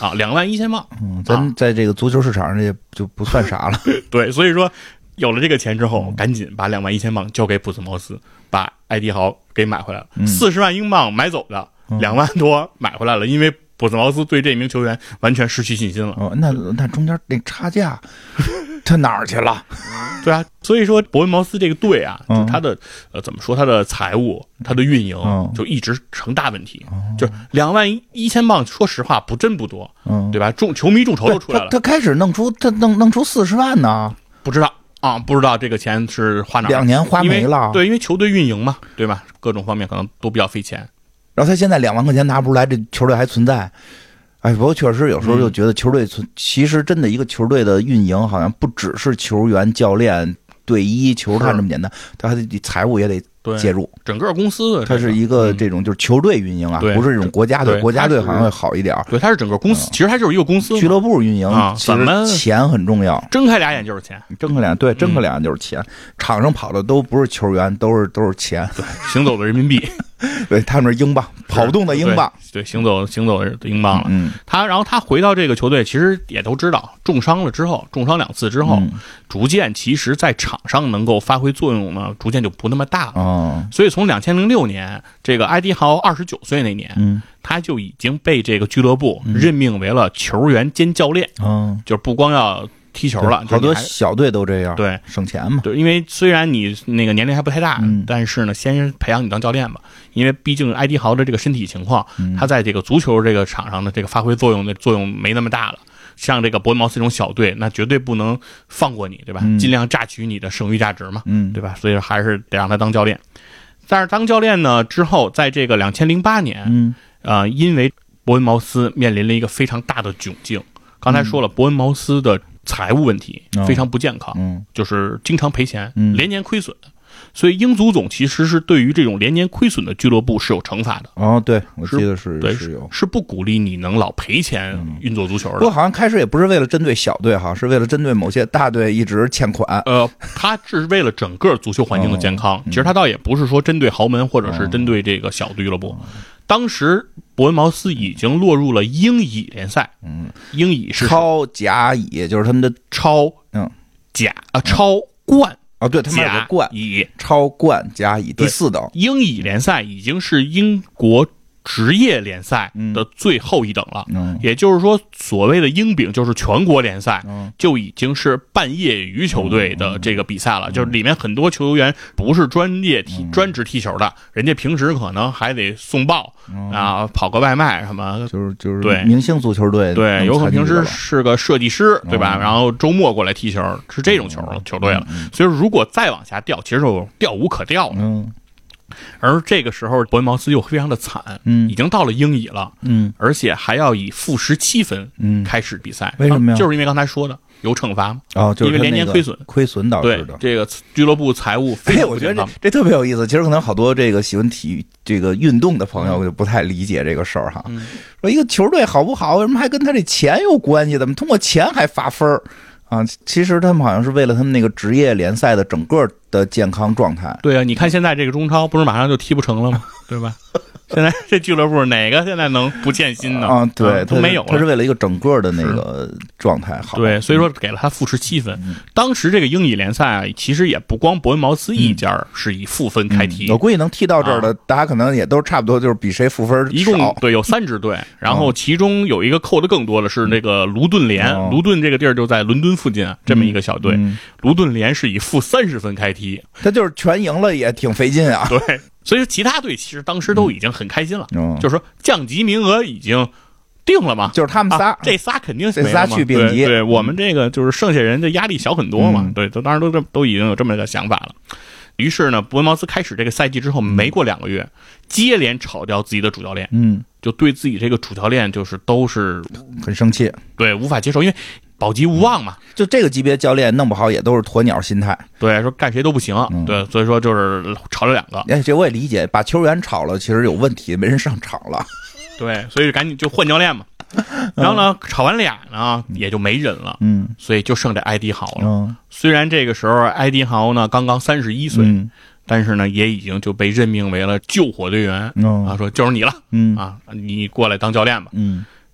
啊，两万一千镑。 嗯，咱在这个足球市场上也就不算啥了。 对，所以说有了这个钱之后，赶紧把两万一千镑交给普斯茅斯，把埃迪豪给买回来了。四十、嗯、万英镑买走的，两、嗯、万多买回来了，因为普斯茅斯对这名球员完全失去信心了。 哦，那那中间那差价，他哪儿去了？ 对啊，所以说伯恩茅斯这个队啊，就他的、嗯、呃怎么说，他的财务、他的运营、嗯、就一直成大问题。嗯、就两万一千镑，说实话不真不多，嗯、对吧？众球迷众筹都出来了。 他, 他开始弄出他弄弄出四十万呢， 不知道啊，不知道这个钱是花哪儿？ 两年花没了。 对，因为球队运营嘛，对吧？各种方面可能都比较费钱。 然后他现在两万块钱拿不出来，这球队还存在。哎，不过确实有时候就觉得球队存，嗯、其实真的一个球队的运营好像不只是球员、教练、队医、球探这么简单，他还得财务也得介入， 整个公司的它是一个这种就是球队运营啊， 嗯、 不是这种国家队，国家队好像会好一点。 对，它是整个公司，嗯、其实它就是一个公司， 俱乐部运营啊， 其实钱很重要， 睁开俩眼就是钱， 睁开俩对，睁开俩眼就是钱。嗯、场上跑的都不是球员，都是都是钱， 对，行走的人民币。 对，他们是英镑，跑动的英镑， 对，对行走行走的英镑了。 嗯， 他然后他回到这个球队，其实也都知道，重伤了之后，重伤两次之后，嗯、逐渐其实在场上能够发挥作用呢，逐渐就不那么大了。 哦， 所以从两千零六年，这个埃迪豪二十九岁那年， 嗯， 他就已经被这个俱乐部任命为了球员兼教练。 嗯， 就是不光要踢球了， 好多小队都这样， 对， 省钱嘛。 对，因为虽然你那个年龄还不太大， 嗯、 但是呢，先培养你当教练吧。因为毕竟埃迪豪的这个身体情况， 嗯、 他在这个足球这个场上的这个发挥作用的作用没那么大了。像这个伯恩茅斯这种小队，那绝对不能放过你，对吧？ 嗯、尽量榨取你的剩余价值嘛， 嗯， 对吧？所以还是得让他当教练。但是当教练呢之后，在这个两千零八年， 嗯， 呃，因为伯恩茅斯面临了一个非常大的窘境。刚才说了，伯恩茅斯的财务问题非常不健康， 嗯， 就是经常赔钱， 嗯， 连年亏损。所以英足总其实是对于这种连年亏损的俱乐部是有惩罚的。 哦，对，我记得是对是有， 是不鼓励你能老赔钱运作足球的。 不过好像开始也不是为了针对小队哈，是为了针对某些大队一直欠款。 呃，他是为了整个足球环境的健康。 哦其实他倒也不是说针对豪门或者是针对这个小俱乐部。哦、当时伯恩茅斯已经落入了英乙联赛。 嗯， 英乙是超甲乙，就是他们的超嗯甲啊超冠。 哦，对，他们有个冠乙超冠甲乙第四等， 英乙联赛已经是英国职业联赛的最后一等了， 嗯、 也就是说，所谓的英丙就是全国联赛， 嗯、 就已经是半业余球队的这个比赛了。嗯、就是里面很多球员不是专业踢、 嗯、 专职踢球的，人家平时可能还得送报、 嗯、 啊，跑个外卖什么， 就是就是对明星足球队， 对，有可能平时是个设计师，对吧？ 嗯、 然后周末过来踢球，是这种球、嗯、球队了。 嗯、 所以如果再往下掉，其实就掉无可掉了。 嗯。 而这个时候，伯恩茅斯又非常的惨， 嗯， 已经到了英乙了， 嗯， 而且还要以负十七分， 嗯， 开始比赛。 为什么呀？ 就是因为刚才说的有惩罚嘛， 哦，就是因为连年亏损， 亏损导致的。 对，这个俱乐部财务非常不健康。 哎，我觉得这这特别有意思。其实可能好多这个喜欢体育、这个运动的朋友就不太理解这个事儿哈。 嗯、 说一个球队好不好，为什么还跟他这钱有关系？怎么通过钱还发分儿？啊，其实他们好像是为了他们那个职业联赛的整个的健康状态。 对啊，你看现在这个中超不是马上就踢不成了吗？对吧？现在这俱乐部哪个现在能不欠薪呢？ 啊，对， 啊、都没有了。 他是为了一个整个的那个状态好。 对，所以说给了他负十七分。 嗯、 当时这个英乙联赛啊，其实也不光伯恩茅斯一家是以负分开踢。 嗯嗯、我估计能踢到这儿的，啊、大家可能也都差不多，就是比谁负分少。 一共对有三支队，然后其中有一个扣的更多的是那个卢顿联。 哦、 卢顿这个地儿就在伦敦附近啊，这么一个小队。 嗯嗯、 卢顿联是以负三十分开踢， 他就是全赢了也挺费劲啊。 对。所以说，其他队其实当时都已经很开心了， 嗯、 就是说降级名额已经定了嘛， 就是他们仨， 啊、这仨肯定这仨去并级， 对，对我们这个就是剩下人的压力小很多嘛， 嗯、 对，都当然都都已经有这么一个想法了。于是呢，伯恩茅斯开始这个赛季之后，没过两个月，接连炒掉自己的主教练， 嗯， 就对自己这个主教练就是都是很生气， 对，无法接受，因为保级无望嘛， 就这个级别教练弄不好也都是鸵鸟心态， 对，说干谁都不行，嗯、对，所以说就是炒了两个。 哎，这我也理解，把球员炒了其实有问题，没人上场了， 对，所以赶紧就换教练嘛。然后呢，炒完俩呢，也就没人了， 嗯， 所以就剩这埃迪豪了。 嗯、 虽然这个时候埃迪豪呢刚刚三十一岁， 嗯、 但是呢也已经就被任命为了救火队员， 嗯、 啊，说就是你了， 嗯啊，你过来当教练吧， 嗯。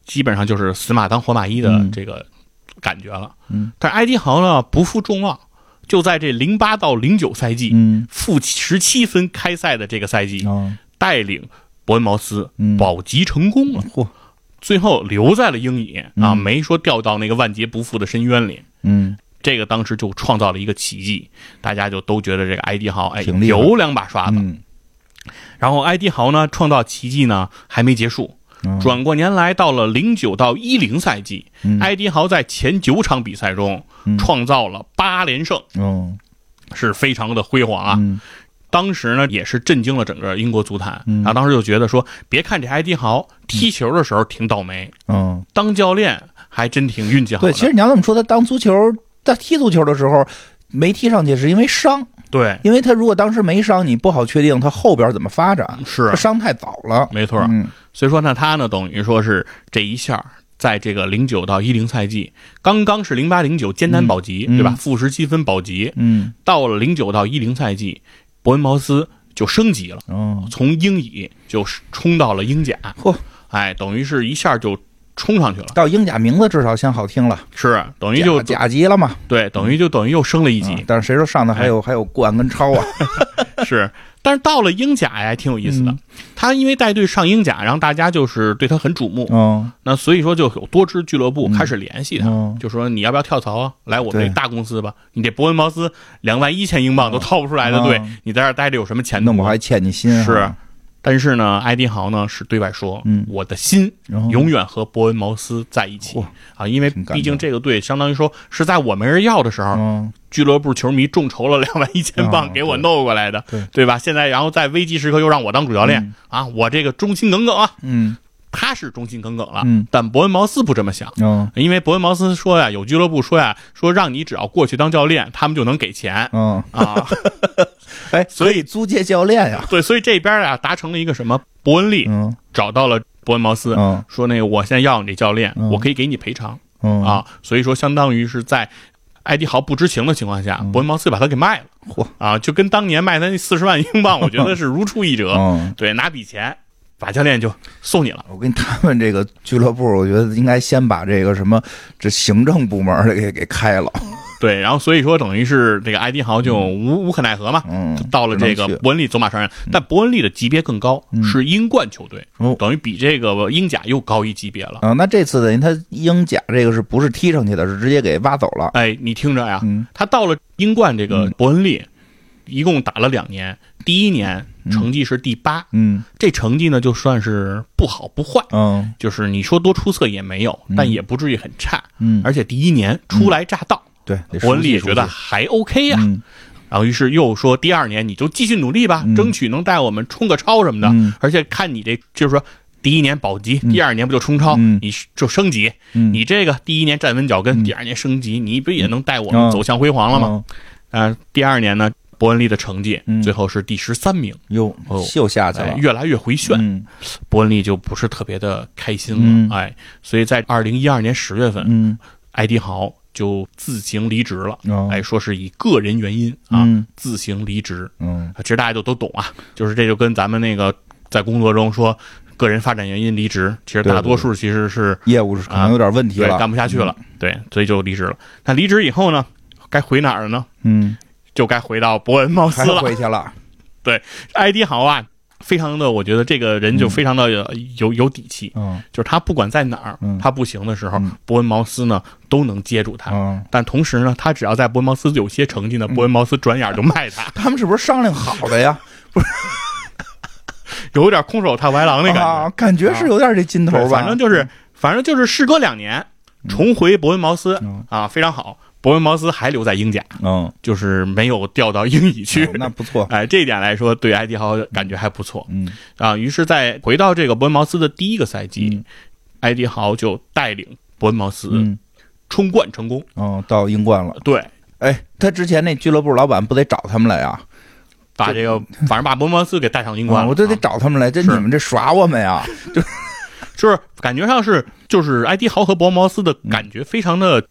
基本上就是死马当活马医的这个感觉了。 嗯， 但是埃迪豪呢不负众望，就在这零八到零九赛季， 嗯， 负十七分开赛的这个赛季， 哦、 带领伯恩茅斯嗯保级成功了。 嚯、嗯！ 最后留在了英乙啊，没说掉到那个万劫不复的深渊里。 嗯， 这个当时就创造了一个奇迹，大家就都觉得这个埃迪豪哎有两把刷子。 嗯、 然后埃迪豪呢创造奇迹呢还没结束， 嗯、 转过年来到了零九到一零赛季， 嗯、 埃迪豪在前九场比赛中创造了八连胜， 嗯、 是非常的辉煌啊。 嗯当时呢，也是震惊了整个英国足坛。 嗯、 然后当时就觉得说，别看这埃迪豪踢球的时候挺倒霉， 嗯， 当教练还真挺运气好的。 对，其实你要这么说，他当足球，他踢足球的时候没踢上去，是因为伤。 对， 因为他如果当时没伤，你不好确定他后边怎么发展。 是， 他伤太早了， 没错。 嗯， 所以说呢，他呢等于说是这一下。在这个零九到一零赛季，刚刚是零八零九艰难保级， 嗯、 对吧？负十七分保级。 嗯， 到了零九到一零赛季，伯恩茅斯就升级了， 哦、 从英乙就冲到了英甲。 嚯， 哎，等于是一下就冲上去了。 到英甲名字至少先好听了， 是等于就甲级了嘛？ 对，等于就等于又升了一级。 嗯、但是谁说上的还有、哎、还有冠跟超啊？ 是。但是到了英甲呀，还挺有意思的。 嗯、 他因为带队上英甲，然后大家就是对他很瞩目。 哦， 那所以说就有多支俱乐部开始联系他， 嗯、 就说你要不要跳槽啊？来我们这大公司吧。你这伯恩茅斯两万一千英镑都掏不出来的队， 嗯、 你在这儿待着有什么前途？ 那我还欠你心、啊。 是。但是呢，埃迪豪呢是对外说， 嗯、 我的心永远和伯恩茅斯在一起、哦、啊，因为毕竟这个队相当于说是在我没人要的时候， 嗯、 俱乐部球迷众筹了两万一千镑给我弄过来的， 哦、对, 对, 对吧？现在然后在危急时刻又让我当主教练、 嗯、 啊，我这个忠心耿耿啊， 嗯。 他是忠心耿耿了， 嗯， 但伯恩茅斯不这么想， 嗯， 因为伯恩茅斯说呀，有俱乐部说呀，说让你只要过去当教练，他们就能给钱， 嗯啊， 哎，所以租借教练呀， 对，所以这边啊达成了一个什么？伯恩利嗯找到了伯恩茅斯， 嗯， 说那个我现在要你这教练， 嗯、 我可以给你赔偿， 嗯啊，所以说相当于是在埃迪豪不知情的情况下， 嗯、 伯恩茅斯把他给卖了， 嚯啊，就跟当年卖他那四十万英镑，我觉得是如出一辙， 嗯、 对，拿笔钱。把教练就送你了。 我跟他们这个俱乐部，我觉得应该先把这个什么这行政部门给给开了。 对，然后所以说等于是这个埃迪豪就无、嗯、无可奈何嘛， 嗯， 就到了这个伯恩利走马上任。嗯、但伯恩利的级别更高， 嗯、 是英冠球队， 哦， 等于比这个英甲又高一级别了。 啊、哦，那这次等于他英甲这个是不是踢上去的，是直接给挖走了？ 哎，你听着呀， 嗯、 他到了英冠这个伯恩利，嗯、一共打了两年，第一年。成绩是第八， 嗯， 这成绩呢就算是不好不坏， 嗯， 就是你说多出色也没有， 嗯、 但也不至于很差， 嗯， 而且第一年初来乍到， 嗯、对， 伯恩利也觉得还 OK 呀、啊嗯， 然后于是又说第二年你就继续努力吧， 嗯、 争取能带我们冲个超什么的， 嗯、 而且看你这就是说第一年保级， 嗯、 第二年不就冲超， 嗯、 你就升级， 嗯、 你这个第一年站稳脚跟， 嗯、 第二年升级，你不也能带我们走向辉煌了吗？ 嗯、 呃，第二年呢？伯恩利的成绩最后是第十三名， 哟、嗯，又下去了、 哎，越来越回旋。 嗯、 伯恩利就不是特别的开心了， 嗯、 哎，所以在二零一二年十月份， 嗯， 埃迪豪就自行离职了， 哦、 哎，说是以个人原因啊、 嗯、 自行离职。 嗯， 其实大家都都懂啊，就是这就跟咱们那个在工作中说个人发展原因离职，其实大多数其实是对对对业务是可能有点问题了， 啊、干不下去了、嗯，对，所以就离职了。那离职以后呢，该回哪儿了呢？ 嗯。 就该回到伯恩茅斯了， 回去了。 对，埃迪豪啊，非常的，我觉得这个人就非常的有、嗯、有, 有底气。 嗯， 就是他不管在哪儿， 嗯、 他不行的时候， 嗯、 伯恩茅斯呢都能接住他。 嗯， 但同时呢，他只要在伯恩茅斯有些成绩呢， 嗯、 伯恩茅斯转眼就卖他。 他们是不是商量好的呀？不是， 有点空手套白狼那感觉， 啊、感觉是有点这劲头吧。 反正就是，反正就是事隔两年，重回伯恩茅斯、 嗯、 啊，非常好。伯恩茅斯还留在英甲， 嗯， 就是没有调到英乙去、 哦，那不错。 哎，这一点来说，对埃迪豪感觉还不错。 嗯啊，于是，在回到这个伯恩茅斯的第一个赛季， 嗯、 埃迪豪就带领伯恩茅斯冲冠成功。 哦，到英冠了。 对， 哎，他之前那俱乐部老板不得找他们来呀？ 把这个，反正把伯恩茅斯给带上英冠了、 嗯，我这得找他们来。这你们这耍我们呀？就就是感觉上是，就是埃迪豪和伯恩茅斯的感觉非常的。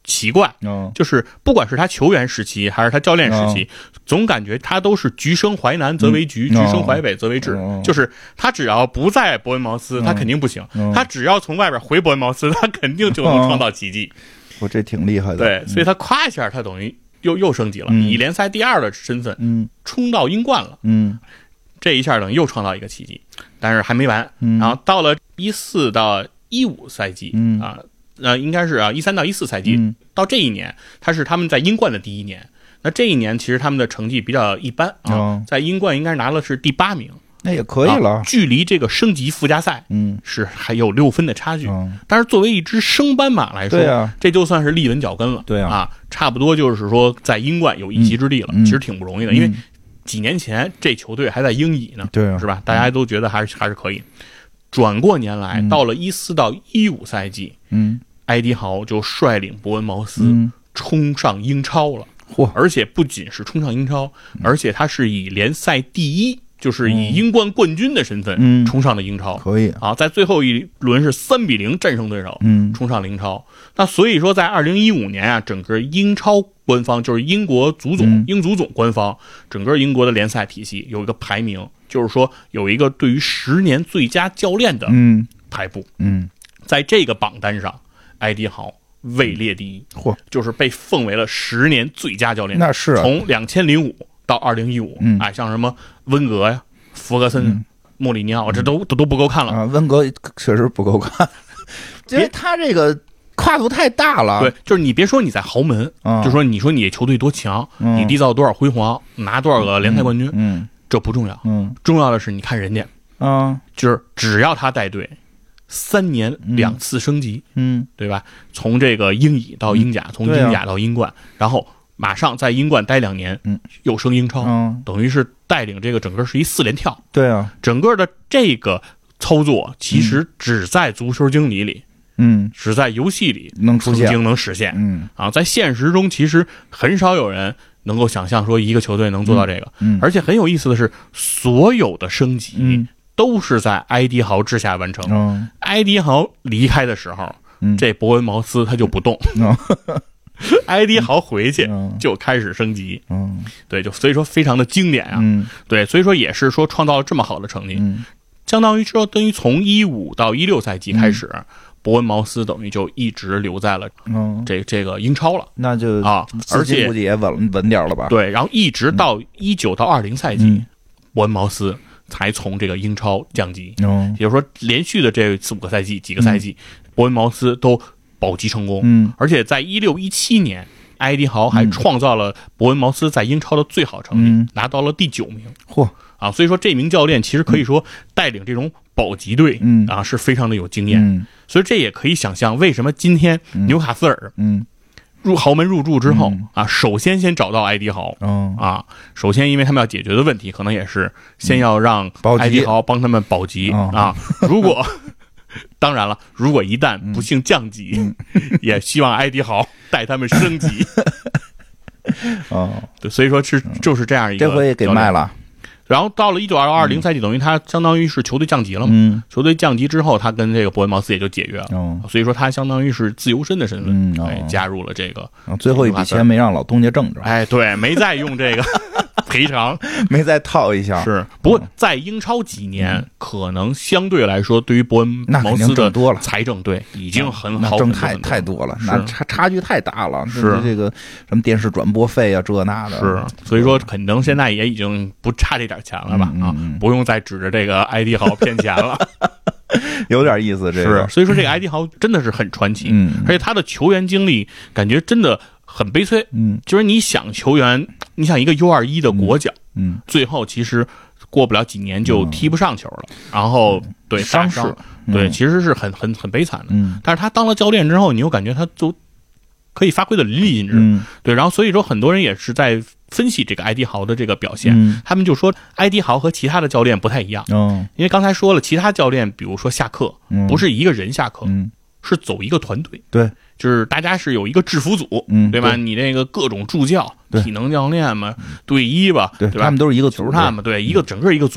奇怪， 哦、 就是不管是他球员时期还是他教练时期，哦、总感觉他都是橘生淮南则为橘，嗯、橘生淮北则为枳，哦、就是他只要不在伯恩茅斯，哦、他肯定不行，哦、他只要从外边回伯恩茅斯，他肯定就能创造奇迹。 我、哦、这挺厉害的， 对，所以他夸一下，他等于又又升级了，嗯、以联赛第二的身份，嗯，冲到英冠了， 嗯， 这一下等于又创造一个奇迹，但是还没完，嗯、然后到了一四到一五赛季， 嗯啊。呃，应该是啊，一三到一四赛季，嗯、到这一年，他是他们在英冠的第一年。那这一年其实他们的成绩比较一般啊， 哦、 在英冠应该拿了是第八名， 那也可以了。 啊、距离这个升级附加赛， 嗯， 是还有六分的差距。 嗯、 但是作为一支升班马来说， 对啊， 这就算是立稳脚跟了。 对啊， 啊，差不多就是说在英冠有一席之地了， 嗯、 其实挺不容易的， 嗯、 因为几年前这球队还在英乙呢， 对啊， 是吧？大家都觉得还是还是可以。转过年来， 嗯、 到了一四到一五赛季， 嗯。 埃迪豪就率领伯恩茅斯冲上英超了， 嚯、嗯！ 而且不仅是冲上英超，嗯、而且他是以联赛第一，就是以英冠冠军的身份冲上了英超。 嗯、可以啊，在最后一轮是三比零战胜对手， 嗯， 冲上了英超。那所以说，在二零一五年啊，整个英超官方就是英国足总、 嗯、 英足总官方，整个英国的联赛体系有一个排名，就是说有一个对于十年最佳教练的排布。 嗯， 在这个榜单上。埃迪豪位列第一， 嚯， 就是被奉为了十年最佳教练。 那是、啊、 从两千零五到二零一五， 嗯， 哎，像什么温格呀、弗格森、 嗯、 莫里尼奥，这都都都不够看了啊。温格确实不够看，因为他这个跨度太大了。 对，就是你别说你在豪门， 嗯、 就说你说你球队多强， 嗯、 你缔造多少辉煌，拿多少个联赛冠军， 嗯，嗯这不重要， 嗯， 重要的是你看人家， 啊， 就是只要他带队。三年两次升级， 嗯， 对吧？从这个英乙到英甲，嗯、从英甲到英冠，啊、然后马上在英冠待两年， 嗯， 又升英超， 嗯， 等于是带领这个整个是一四连跳。 对啊， 整个的这个操作其实只在足球经理里， 嗯， 只在游戏里能出现， 曾经能实现， 嗯啊，在现实中其实很少有人能够想象说一个球队能做到这个， 嗯， 而且很有意思的是，所有的升级。 嗯都是在埃迪豪之下完成。 嗯、 埃迪豪离开的时候， 嗯、 这伯恩茅斯他就不动。 嗯、 埃迪豪回去就开始升级。 嗯， 对，就所以说非常的经典啊。 嗯， 对，所以说也是说创造了这么好的成绩。 嗯， 相当于说等于从一五到一六赛季开始，嗯、伯恩茅斯等于就一直留在了这、嗯、这个英超了。 那就啊，而且估计也稳稳点了吧？ 对，然后一直到一九到二零赛季， 嗯、 伯恩茅斯。才从这个英超降级， 嗯、 也就是说，连续的这四五个赛季、几个赛季，嗯、伯恩茅斯都保级成功。 嗯， 而且在一六一七年，埃迪豪还创造了伯恩茅斯在英超的最好成绩， 嗯、 拿到了第九名。 嚯啊！所以说，这名教练其实可以说带领这种保级队， 嗯啊，是非常的有经验。 嗯、 所以这也可以想象，为什么今天纽卡斯尔， 嗯。 入豪门入驻之后、 嗯、 啊，首先先找到埃迪豪、 嗯、 啊，首先因为他们要解决的问题，可能也是先要让埃迪豪帮他们保级、 嗯、 啊。如果当然了，如果一旦不幸降级， 嗯、 也希望埃迪豪带他们升级。 哦， 对，所以说是就是这样一个， 这回也给卖了。 然后到了一九二零赛季，等于他相当于是球队降级了嘛。 嗯， 球队降级之后，他跟这个伯恩茅斯也就解约了。 哦， 所以说他相当于是自由身的身份， 嗯哦、 哎，加入了这个。 最后一笔钱没让老东家挣着。 哎，对，没再用这个赔偿， 没再套一下。 是，不过在英超几年，嗯、可能相对来说，对于伯恩茅斯的多了财政对已经很好， 挣太太多了，那差差距太大了。是这个什么电视转播费啊，这那的。 是，所以说可能现在也已经不差这点钱了吧？ 嗯、 啊。不用再指着这个埃迪豪骗钱了， 有点意思。这个是，所以说这个埃迪豪真的是很传奇， 嗯， 而且他的球员经历感觉真的很悲催， 嗯， 就是你想球员，你想一个 U 二一的国脚， 嗯， 最后其实过不了几年就踢不上球了，嗯、然后对伤势， 对，其实是很很很悲惨的， 嗯， 但是他当了教练之后，你又感觉他就可以发挥的淋漓尽致， 嗯， 对，然后所以说很多人也是在分析这个埃迪豪的这个表现， 嗯、 他们就说埃迪豪和其他的教练不太一样， 哦、 因为刚才说了，其他教练比如说下课， 嗯、 不是一个人下课， 嗯、 是走一个团队， 对， 就是大家是有一个制服组， 嗯、 对吧？ 对你这个各种助教、体能教练嘛、队医吧， 对吧？ 他们都是一个组，他们对一个整个一个组。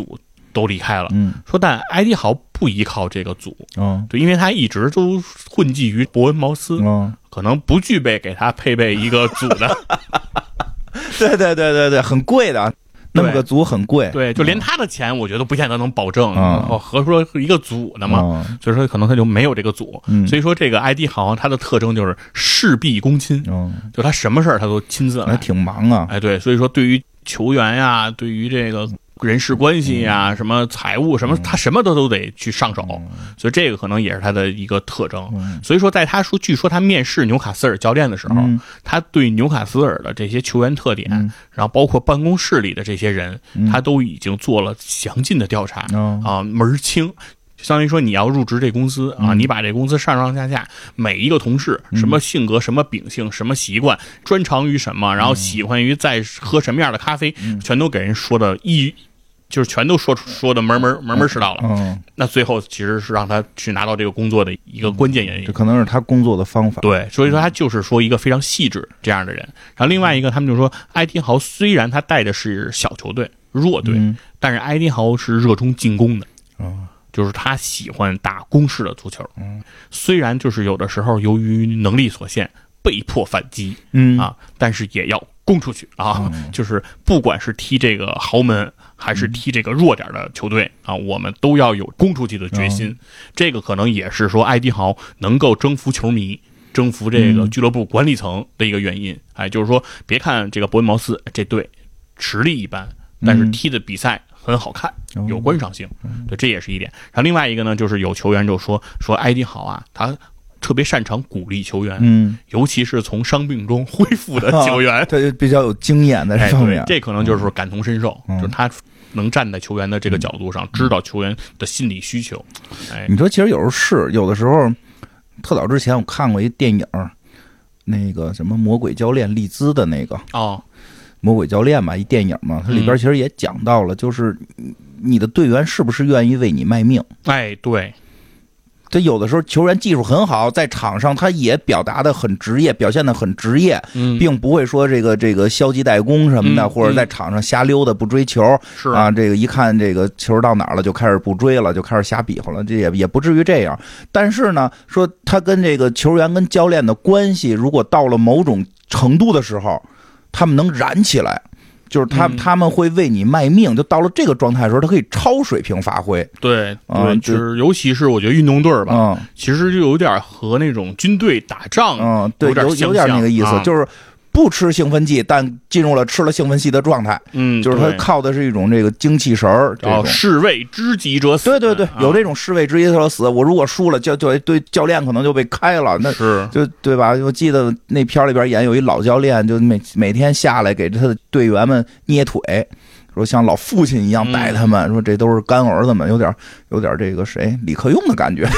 都离开了。 嗯， 说但埃迪豪不依靠这个组， 嗯， 对，因为他一直都混迹于伯恩茅斯， 嗯， 可能不具备给他配备一个组的。 对对对对对，很贵的。那么个组很贵， 对，就连他的钱，我觉得不见得能保证。嗯，何说一个组的嘛？嗯、所以说可能他就没有这个组。嗯、所以说这个埃迪豪他的特征就是事必躬亲，嗯，就他什么事儿他都亲自来， 还挺忙啊。 哎，对，所以说对于球员呀，对于这个人事关系呀、嗯、什么财务什么，他什么都都得去上手。嗯、所以这个可能也是他的一个特征。嗯、所以说，在他说，据说他面试纽卡斯尔教练的时候，嗯、他对纽卡斯尔的这些球员特点，嗯、然后包括办公室里的这些人，嗯、他都已经做了详尽的调查、嗯、啊，门儿清。相当于说你要入职这公司啊，你把这公司上上下下每一个同事什么性格、什么秉性、什么习惯、专长于什么，然后喜欢于在喝什么样的咖啡，全都给人说的一就是全都说说的门门门门是道了。嗯，那最后其实是让他去拿到这个工作的一个关键原因。 这可能是他工作的方法。 对，所以说他就是说一个非常细致这样的人。然后另外一个，他们就说埃迪豪虽然他带的是小球队、弱队，嗯、但是埃迪豪是热衷进攻的。嗯。就是他喜欢打攻势的足球，嗯，虽然就是有的时候由于能力所限被迫反击，嗯啊，但是也要攻出去啊，嗯、就是不管是踢这个豪门还是踢这个弱点的球队啊，我们都要有攻出去的决心。嗯、这个可能也是说埃迪豪能够征服球迷、征服这个俱乐部管理层的一个原因。哎，就是说，别看这个伯恩茅斯这队实力一般，但是踢的比赛很好看，有观赏性，对，这也是一点。然后另外一个呢，就是有球员就说说埃迪豪啊，他特别擅长鼓励球员，嗯，尤其是从伤病中恢复的球员， 他就比较有经验在这方面， 哎、这可能就是感同身受，嗯、就是他能站在球员的这个角度上，嗯、知道球员的心理需求。哎， 你说其实有时候是有的时候，特早之前我看过一电影，那个什么魔鬼教练利兹的那个哦。 魔鬼教练嘛，一电影嘛，它里边其实也讲到了，就是你的队员是不是愿意为你卖命？ 哎，对， 他有的时候球员技术很好，在场上他也表达的很职业，表现的很职业，嗯，并不会说这个这个消极怠工什么的，嗯、或者在场上瞎溜达不追球， 是啊，这个一看这个球到哪儿了就开始不追了，就开始瞎比划了，这也也不至于这样。但是呢，说他跟这个球员跟教练的关系，如果到了某种程度的时候，他们能燃起来，就是他、嗯、他们会为你卖命，就到了这个状态的时候，他可以超水平发挥。 对，对，嗯、就是尤其是我觉得运动队吧，嗯，其实就有点和那种军队打仗， 嗯，对，有点有点那个意思，啊、就是。不吃兴奋剂，但进入了吃了兴奋剂的状态。嗯，就是他靠的是一种这个精气神儿， 哦，士为知己者死。 对对对，有这种士为知己者死。我如果输了，教就对教练可能就被开了，那是就对吧？我记得那片里边演有一老教练，就每每天下来给他的队员们捏腿，说像老父亲一样带他们，嗯、说这都是干儿子们，有点有点这个谁李克用的感觉。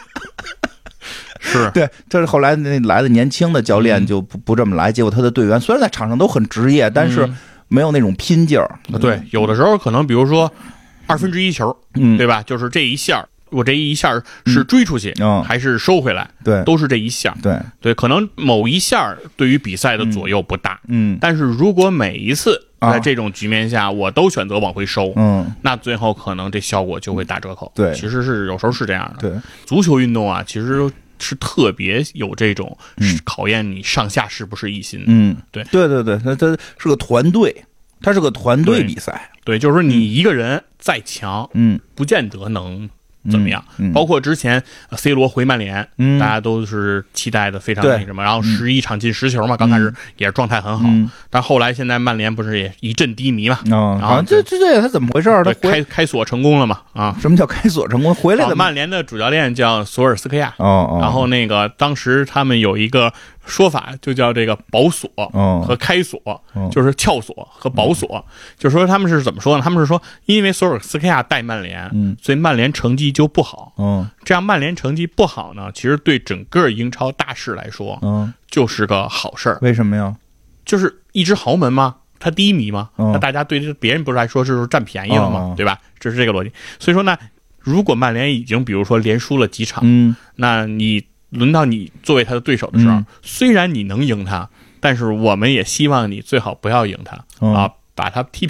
是对，这是后来那来的年轻的教练就不不这么来，结果他的队员虽然在场上都很职业，但是没有那种拼劲儿。 嗯、对，有的时候可能比如说二分之一球，嗯，对吧？就是这一下，我这一下是追出去，嗯，还是收回来， 对， 都是这一下。 对对，可能某一下对于比赛的左右不大， 嗯， 但是如果每一次在这种局面下，我都选择往回收，嗯，那最后可能这效果就会打折扣。 对， 其实是有时候是这样的。 对， 足球运动啊，其实是特别有这种考验你上下是不是一心。 嗯， 对， 对对对，它它是个团队，它是个团队比赛。 对，就是说你一个人再强， 嗯， 不见得能怎么样？嗯嗯、包括之前 C 罗回曼联，嗯，大家都是期待的非常那什么，然后十一场进十球嘛，嗯、刚开始也是状态很好，嗯、但后来现在曼联不是也一阵低迷嘛？ 哦、然后这这这他怎么回事？他开开锁成功了嘛？啊， 什么叫开锁成功？回来的曼联的主教练叫索尔斯克亚， 哦哦， 然后那个当时他们有一个说法，就叫这个保锁和开锁，哦、就是撬锁和保锁，哦、就是说他们是怎么说呢？他们是说，因为索尔斯克亚带曼联，嗯，所以曼联成绩就不好， 嗯， 这样曼联成绩不好呢，其实对整个英超大势来说，嗯，就是个好事儿。 为什么呀？ 就是一支豪门嘛，他低迷嘛，嗯、那大家对别人不是来说是占便宜了嘛， 嗯、 对吧？这是这个逻辑。所以说呢，如果曼联已经比如说连输了几场， 嗯， 那你轮到你作为他的对手的时候，嗯、虽然你能赢他，但是我们也希望你最好不要赢他，嗯、啊，把他踢平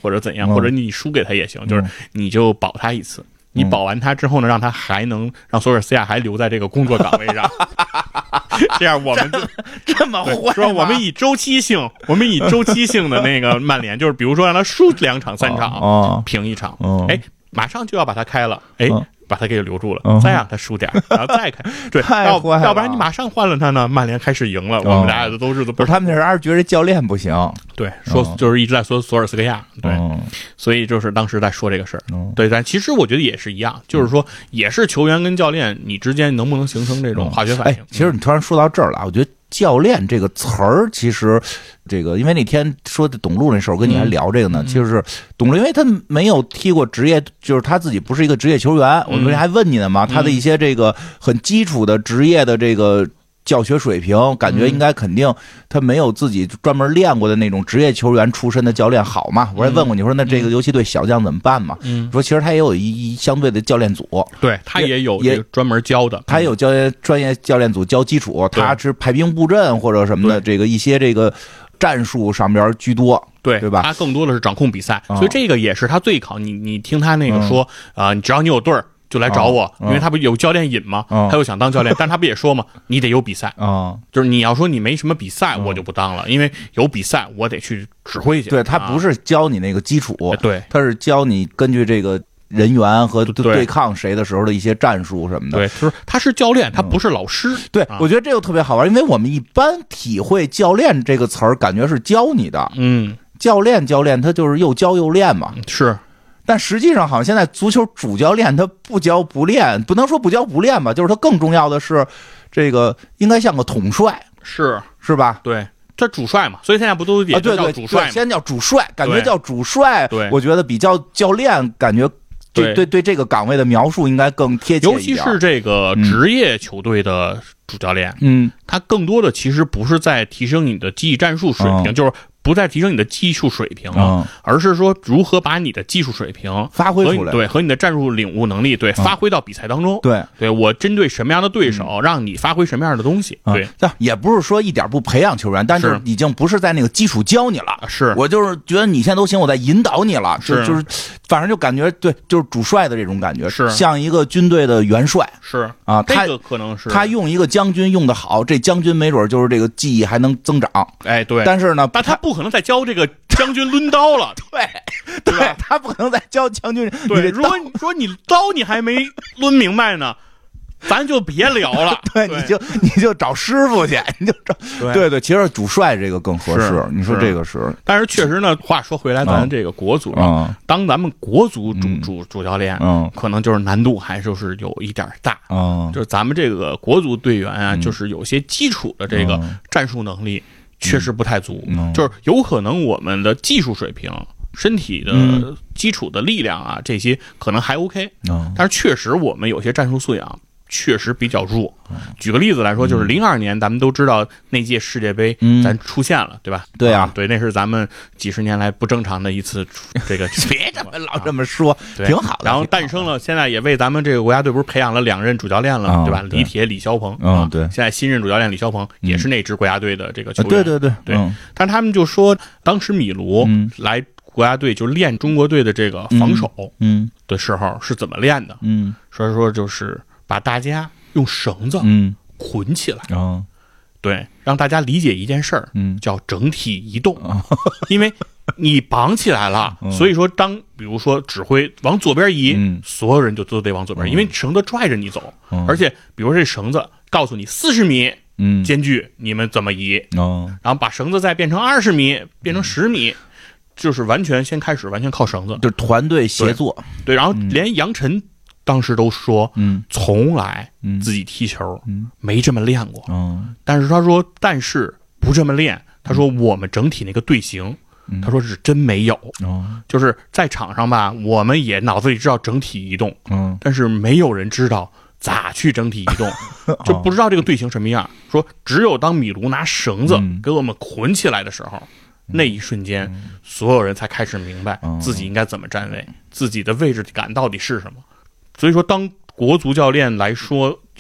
或者怎样， 嗯、 或者你输给他也行，就是你就保他一次。你保完他之后呢，让他还能让索尔斯克亚还留在这个工作岗位上，这样我们就这, 这么坏， 说我们以周期性，我们以周期性的那个曼联，就是比如说让他输两场、三场， 哦、 平一场， 哦、 哎，马上就要把他开了，哎。哦把他给留住了， 嗯、 再让他输点，然后再开，对，要要不然你马上换了他呢，曼联开始赢了，哦、我们俩都日子不是他们那人还是觉得教练不行， 对，说、哦、就是一直在说索尔斯克亚，对， 哦、 所以就是当时在说这个事儿， 哦、 对，但其实我觉得也是一样，就是说也是球员跟教练你之间能不能形成这种化学反应。 哎，其实你突然说到这儿了，我觉得教练这个词儿，其实这个因为那天说的董路那时候，我跟你还聊这个呢， 嗯、 就是董路，因为他没有踢过职业，就是他自己不是一个职业球员，嗯、我昨天还问你呢嘛，他的一些这个很基础的职业的这个教学水平，感觉应该肯定他没有自己专门练过的那种职业球员出身的教练好嘛。我还问过你说，那这个游击队小将怎么办嘛？ 嗯， 说其实他也有一相对的教练组， 对他也有也专门教的， 他也有教专业教练组教基础，他是派兵布阵或者什么的，这个一些这个战术上边居多。 对对吧？ 他更多的是掌控比赛， 哦、 所以这个也是他最考你。你听他那个说啊、嗯呃，只要你有队儿就来找我， 哦、 因为他不有教练瘾吗？ 哦、 他又想当教练，但他不也说嘛，你得有比赛啊， 哦、 就是你要说你没什么比赛，我就不当了，因为有比赛我得去指挥去。 对他不是教你那个基础， 啊、对， 他是教你根据这个人员和对抗谁的时候的一些战术什么的。 对，就是他是教练，他不是老师。 嗯、对、啊，我觉得这个特别好玩，因为我们一般体会教练这个词儿，感觉是教你的， 嗯。 教练，教练，他就是又教又练嘛。 是， 但实际上好像现在足球主教练他不教不练，不能说不教不练吧，就是他更重要的是，这个应该像个统帅， 是是吧？ 对，这主帅嘛，所以现在不都也叫主帅、 啊、对对对，先叫主帅，感觉叫主帅， 对， 我觉得比较教练感觉。这对对对这个岗位的描述应该更贴切一点， 尤其是这个职业球队的主教练， 嗯， 他更多的其实不是在提升你的技艺战术水平， 嗯、 就是不在提升你的技术水平啊， 嗯、 而是说如何把你的技术水平发挥出来， 对，和你的战术领悟能力，对， 嗯、 发挥到比赛当中。 对， 对我针对什么样的对手，嗯、让你发挥什么样的东西。 嗯、 对， 也不是说一点不培养球员，但是已经不是在那个基础教你了。 是我就是觉得你现在都行，我在引导你了， 是就是，反正就感觉对，就是主帅的这种感觉， 是像一个军队的元帅。 是啊， 这个可能是他用一个将军用得好，这将军没准就是这个技艺还能增长。 哎，对。 但是呢， 但他不可能再教这个将军抡刀了。 对，对他不可能再教将军。 对，如果你说你刀你还没抡明白呢，咱就别聊了。 对，你就你就找师傅去，你就找。 对对对，其实主帅这个更合适。你说这个是， 但是确实呢，话说回来，咱这个国足啊， 嗯、 当咱们国足主主主教练， 嗯， 可能就是难度还就是有一点大。 嗯， 就是咱们这个国足队员啊，就是有些基础的这个战术能力确实不太足， 嗯、 就是有可能我们的技术水平。身体的基础的力量啊，这些可能还 OK， 嗯、 但是确实我们有些战术素养确实比较弱。举个例子来说，就是零二年咱们都知道那届世界杯咱出现了， 嗯、 对吧？ 对啊， 对，那是咱们几十年来不正常的一次这个。 别这么老这么说， 啊、 挺好的。 然后诞生了，现在也为咱们这个国家队不是培养了两任主教练了， 哦、 对吧？ 对李铁、李霄鹏， 嗯、 啊， 对。 现在新任主教练李霄鹏也是那支国家队的这个球员， 对对对对。 嗯、 但他们就说，当时米卢来国家队就练中国队的这个防守， 嗯的时候是怎么练的？ 嗯， 所以说就是把大家用绳子嗯捆起来， 嗯， 对，让大家理解一件事儿， 嗯， 叫整体移动，因为你绑起来了，所以说当比如说指挥往左边移， 嗯， 所有人就都得往左边，因为绳子拽着你走，而且比如这绳子告诉你四十米。 嗯， 间距你们怎么移？ 哦， 然后把绳子再变成二十米，变成十米，就是完全先开始完全靠绳子， 就是团队协作。 对，对然后连杨晨当时都说， 嗯， 从来自己踢球， 嗯， 没这么练过。 嗯， 但是他说，但是不这么练，他说我们整体那个队形， 嗯、 他说是真没有。 哦， 就是在场上吧，我们也脑子里知道整体移动， 嗯， 但是没有人知道。咋去整体移动，就不知道这个队形什么样。说只有当米卢拿绳子给我们捆起来的时候，嗯、那一瞬间，嗯、所有人才开始明白自己应该怎么站位，嗯、自己的位置感到底是什么。所以说，当国足教练来说，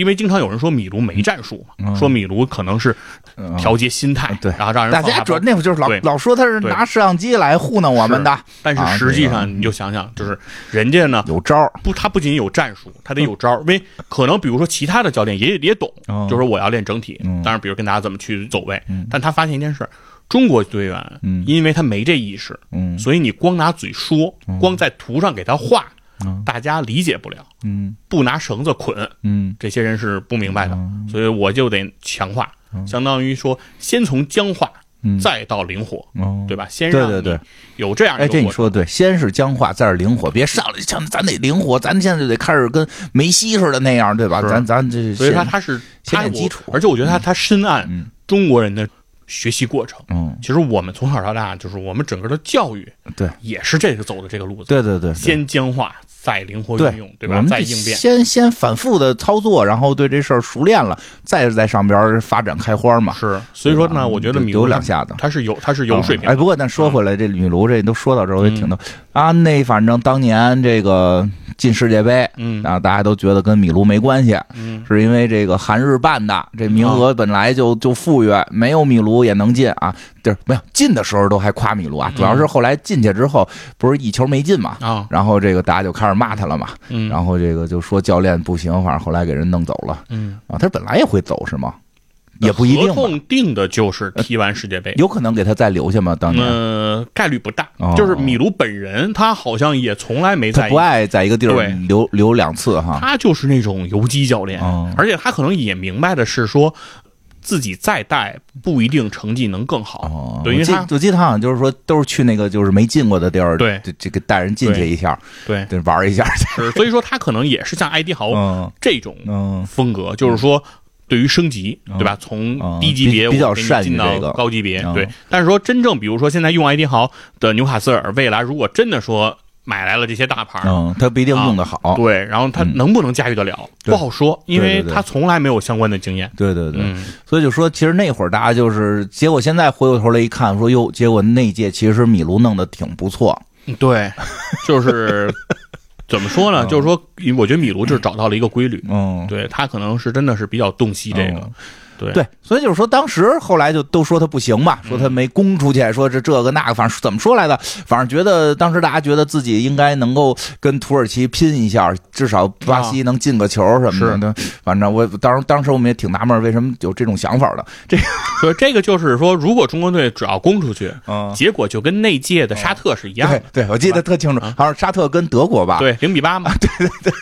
因为经常有人说米卢没战术嘛， 嗯、 说米卢可能是调节心态， 嗯、对， 然后让人大家主要那会儿就是老老说他是拿摄像机来糊弄我们的， 但是实际上你就想想，就是人家呢有招不，他不仅有战术，他得有招，因为可能比如说其他的教练也也懂， 嗯、 就是我要练整体， 嗯、 当然比如跟大家怎么去走位， 嗯、 但他发现一件事。中国队员， 嗯， 因为他没这意识， 嗯， 所以你光拿嘴说， 嗯、 光在图上给他画， 嗯， 大家理解不了， 嗯， 不拿绳子捆， 嗯， 这些人是不明白的， 嗯、 所以我就得强化， 嗯、 相当于说先从僵化， 嗯， 再到灵活， 嗯、 对吧？先让对对对有这样一个， 哎，这你说的对，先是僵化，再是灵活，别上来像咱得灵活，咱现在就得开始跟梅西似的那样，对吧？咱咱这， 所以他他是先练基础， 而且我觉得他他深谙嗯中国人的学习过程， 嗯， 其实我们从小到大，就是我们整个的教育， 对， 也是这个走的这个路子， 对对对， 先僵化，再灵活运用，对吧？再应变， 先先反复的操作，然后对这事儿熟练了，再在上边发展开花嘛。 是，所以说呢，我觉得米卢有两下子， 他是有他是有水平。 哎，不过但说回来，这米卢这都说到这儿，我也挺逗啊。那反正当年这个进世界杯， 嗯， 然后大家都觉得跟米卢没关系， 嗯， 是因为这个韩日办的，这名额本来就就富裕，没有米卢也能进啊。就是没有进的时候都还夸米卢啊，主要是后来进去之后，不是一球没进嘛， 啊， 然后这个大家就开始骂他了嘛， 嗯， 然后这个就说教练不行，反正后来给人弄走了， 嗯啊，他本来也会走是吗？也不一定， 合同定的就是踢完世界杯， 有可能给他再留下吗？当年， 呃，概率不大。 哦、 就是米卢本人，他好像也从来没在， 他不爱在一个地儿留留两次哈。 他就是那种游击教练， 哦、 而且他可能也明白的是说，自己再带不一定成绩能更好。 哦、 对，因为他我记得他好像就是说，都是去那个就是没进过的地儿， 对， 这这个带人进去一下， 对， 对，玩一下。 是，所以说他可能也是像艾迪豪这种风格， 嗯、 就是说。对于升级，对吧？从低级别比较善进到高级别，对。但是说真正，比如说现在用艾迪豪的纽卡斯尔，未来如果真的说买来了这些大牌， 嗯，他不一定用得好， 对。然后他能不能驾驭得了，不好说，因为他从来没有相关的经验。 对对对，所以就说，其实那会儿大家就是，结果现在回过头来一看，说哟，结果那届其实米卢弄得挺不错， 对，就是。怎么说呢？就是说，我觉得米卢就是找到了一个规律。 嗯， 对他可能是真的是比较洞悉这个。 嗯、 对对，所以就是说，当时后来就都说他不行嘛，说他没攻出去，说这这个那个，反正怎么说来的，反正觉得当时大家觉得自己应该能够跟土耳其拼一下，至少巴西能进个球什么的。 啊、 反正我当时当时我们也挺纳闷，为什么有这种想法的。这个所以这个就是说，如果中国队只要攻出去， 嗯、 结果就跟那届的沙特是一样的。 嗯、对, 对，我记得特清楚，好像沙特跟德国吧？ 对，零比八嘛。 啊、对对对对。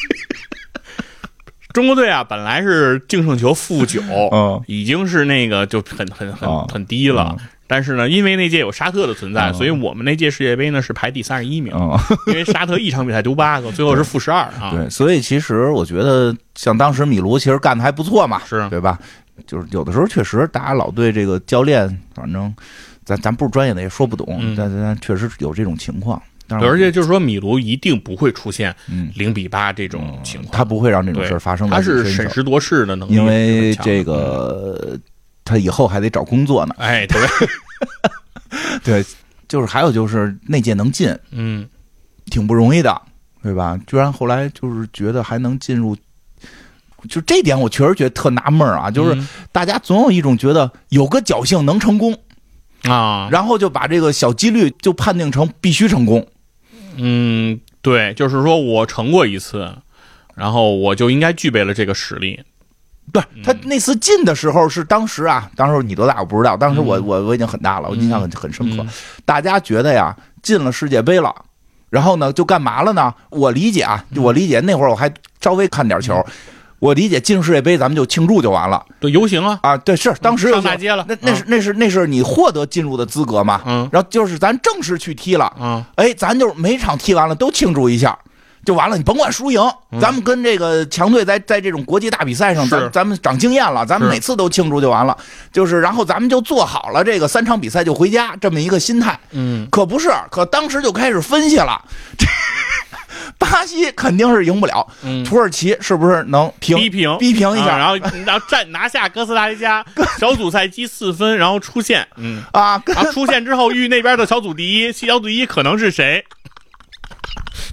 中国队啊，本来是净胜球负九， 嗯， 已经是那个就很很很很低了。 嗯、 但是呢，因为那届有沙特的存在， 嗯、 所以我们那届世界杯呢是排第三十一名。 嗯、 因为沙特一场比赛丢八个，最后是负十二啊。 对，所以其实我觉得，像当时米卢其实干的还不错嘛， 是对吧？就是有的时候确实大家老对这个教练，反正咱咱不是专业的也说不懂， 嗯、 但咱确实有这种情况。 而且就是说，米卢一定不会出现零比八这种情况， 嗯、他不会让这种事发生。 他是审时度势的能力， 因为这个他以后还得找工作呢。 哎，对， 对，就是还有就是那届能进， 嗯， 挺不容易的，对吧？居然后来就是觉得还能进入，就这点我确实觉得特纳闷啊！就是大家总有一种觉得有个侥幸能成功啊， 然后就把这个小几率就判定成必须成功。 嗯，对，就是说我成过一次，然后我就应该具备了这个实力。 对，他那次进的时候是当时啊，当时你多大我不知道，当时我我我已经很大了，我印象很很深刻。 嗯、 大家觉得呀，进了世界杯了，然后呢就干嘛了呢？我理解啊，我理解那会儿我还稍微看点球。嗯我理解进世界杯咱们就庆祝就完了， 对，游行啊啊，对，是当时上大街了， 那那是那是那是你获得进入的资格嘛， 嗯， 然后就是咱正式去踢了， 嗯， 哎，咱就是每场踢完了都庆祝一下，就完了，你甭管输赢， 嗯、 咱们跟这个强队在在这种国际大比赛上，咱咱们长经验了，咱们每次都庆祝就完了，就是然后咱们就做好了这个三场比赛就回家这么一个心态， 嗯， 可不是，可当时就开始分析了，这。巴西肯定是赢不了， 嗯、 土耳其是不是能平逼平逼平一下， 啊、然后然后战拿下哥斯达黎加，小组赛积四分，然后出线，嗯啊， 然后出线之后遇那边的小组第一，小组第一可能是谁？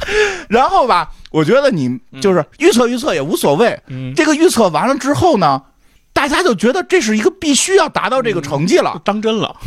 然后吧，我觉得你就是预测预测也无所谓。 嗯， 这个预测完了之后呢，大家就觉得这是一个必须要达到这个成绩了， 嗯、当真了。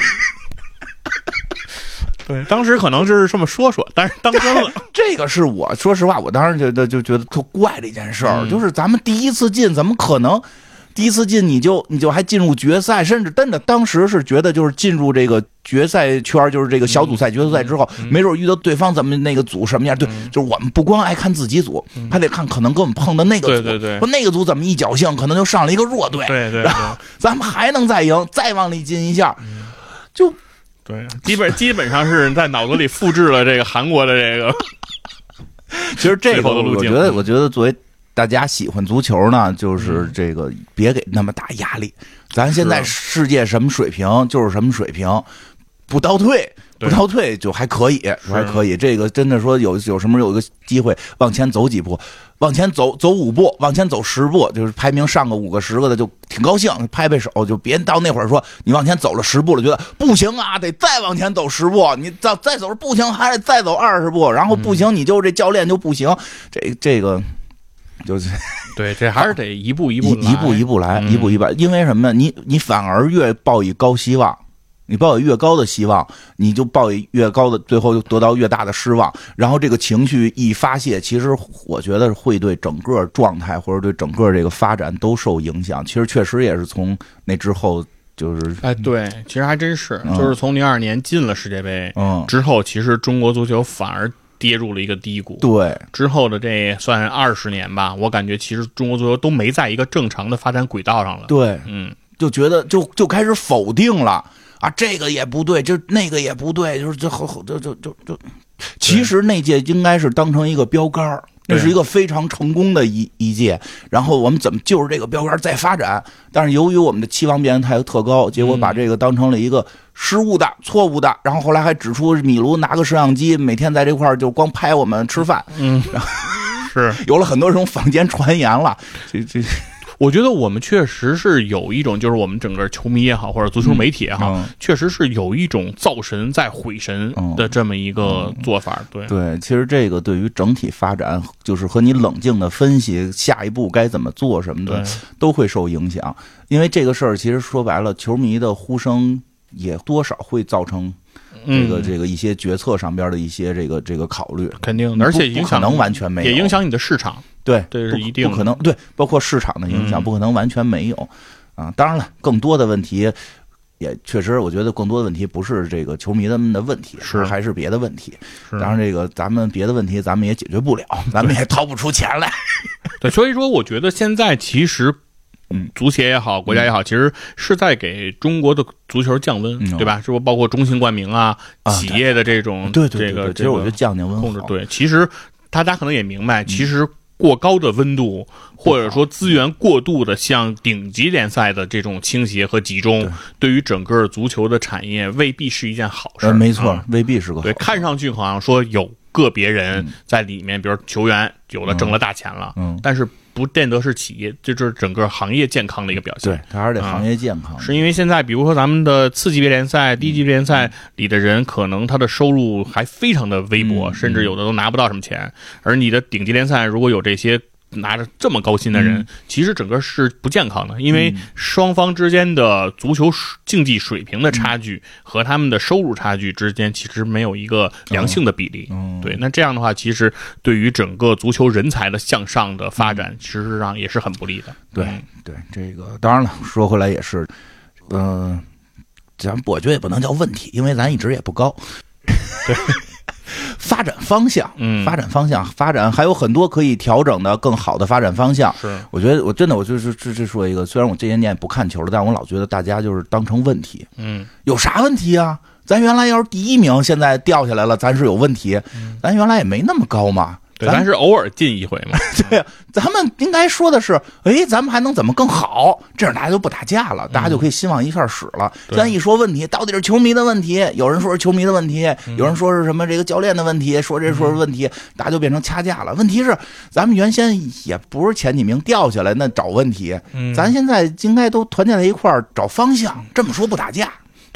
对，当时可能就是这么说说，但是当真了。 这个是我说实话，我当时觉得就觉得特怪的一件事儿、 嗯， 就是咱们第一次进，怎么可能第一次进你就你就还进入决赛，甚至真的当时是觉得就是进入这个决赛圈，就是这个小组赛、决赛赛之后， 嗯、 没准遇到对方怎么那个组什么样。对， 嗯、 就是我们不光爱看自己组， 嗯、 还得看可能跟我们碰的那个组， 对对对， 说那个组怎么一侥幸，可能就上了一个弱队， 对对对， 然后咱们还能再赢，再往里进一下， 嗯、 就。 对，基本基本上是在脑子里复制了这个韩国的这个。 其实这个，我觉得，我觉得作为大家喜欢足球呢，就是这个别给那么大压力。咱现在世界什么水平就是什么水平，不倒退，不倒退就还可以，还可以。这个真的说有有什么有一个机会往前走几步。往前走走五步，往前走十步，就是排名上个五个十个的就挺高兴，拍拍手，就别到那会儿说你往前走了十步了，觉得不行啊，得再往前走十步，你再再走不行，还得再走二十步，然后不行，你就这教练就不行，这这个就是对，这还是得一步一步一步一步来， 嗯、 一步一步来，因为什么呢？你你反而越抱以高希望。你抱有越高的希望，你就抱以越高的，最后就得到越大的失望。然后这个情绪一发泄，其实我觉得会对整个状态或者对整个这个发展都受影响。其实确实也是从那之后，就是哎，对，其实还真是，嗯、就是从零二年进了世界杯， 嗯， 之后，其实中国足球反而跌入了一个低谷。 对， 之后的这算二十年吧，我感觉其实中国足球都没在一个正常的发展轨道上了。 对， 嗯， 就觉得就就开始否定了。啊，这个也不对，就那个也不对，就是就就就就就，其实那届应该是当成一个标杆，那是一个非常成功的一一届。然后我们怎么就是这个标杆再发展？但是由于我们的期望变得太特高，结果把这个当成了一个失误的、错误的。然后后来还指出米卢拿个摄像机，每天在这块就光拍我们吃饭。 嗯，是有了很多这种坊间传言了。这这。 我觉得我们确实是有一种，就是我们整个球迷也好，或者足球媒体也好， 嗯、 确实是有一种造神在毁神的这么一个做法。对对，其实这个对于整体发展，就是和你冷静的分析下一步该怎么做什么的，都会受影响。因为这个事儿，其实说白了，球迷的呼声也多少会造成。这个这个一些决策上边的一些这个这个考虑， 肯定的，而且影响可能完全没有， 也影响你的市场， 对， 这是一定不可能，对，包括市场的影响，不可能完全没有啊。当然了，更多的问题也确实，我觉得更多的问题不是这个球迷们的问题， 是还是别的问题。当然，这个咱们别的问题咱们也解决不了，咱们也掏不出钱来。 对，所以说我觉得现在其实。 嗯， 足协也好，国家也好，其实是在给中国的足球降温， 嗯、 对吧？是不包括中信冠名啊， 啊企业的这种对对这个， 其实我觉得降降温控制对。其实大家可能也明白，其实过高的温度，嗯、或者说资源过度的向顶级联赛的这种倾斜和集中，对于整个足球的产业未必是一件好事。 呃、没错、 嗯， 未必是个好事。 对，看上去好像说有个别人在里面，嗯、比如球员有的挣了大钱了， 嗯， 但是。不见得是企业，这就是整个行业健康的一个表现。 对，它还是得行业健康、 嗯。是因为现在，比如说咱们的次级别联赛、低级别联赛里的人，可能他的收入还非常的微薄， 嗯、 甚至有的都拿不到什么钱。而你的顶级联赛如果有这些拿着这么高薪的人， 嗯、 其实整个是不健康的，因为双方之间的足球竞技水平的差距和他们的收入差距之间，其实没有一个良性的比例。 嗯、 对，那这样的话，其实对于整个足球人才的向上的发展，事实上也是很不利的。 对、嗯、对，这个当然了，说回来也是，嗯、呃，咱我觉得也不能叫问题，因为咱一直也不高。 对。 发展方向， 嗯， 发展方向，发展还有很多可以调整的更好的发展方向。 是， 我觉得我真的我就是这这说一个，虽然我这些年不看球了，但我老觉得大家就是当成问题。 嗯， 有啥问题啊？咱原来要是第一名，现在掉下来了，咱是有问题。 嗯、 咱原来也没那么高嘛。 对，咱是偶尔进一回嘛。 对，咱们应该说的是，哎，咱们还能怎么更好？这样大家就不打架了，大家就可以心往一块使了。 嗯、 咱一说问题，到底是球迷的问题，有人说是球迷的问题， 嗯、 有人说是什么这个教练的问题，说这说是问题，嗯、大家就变成掐架了。问题是，咱们原先也不是前几名掉下来，那找问题， 嗯、 咱现在应该都团结在一块儿找方向。这么说不打架。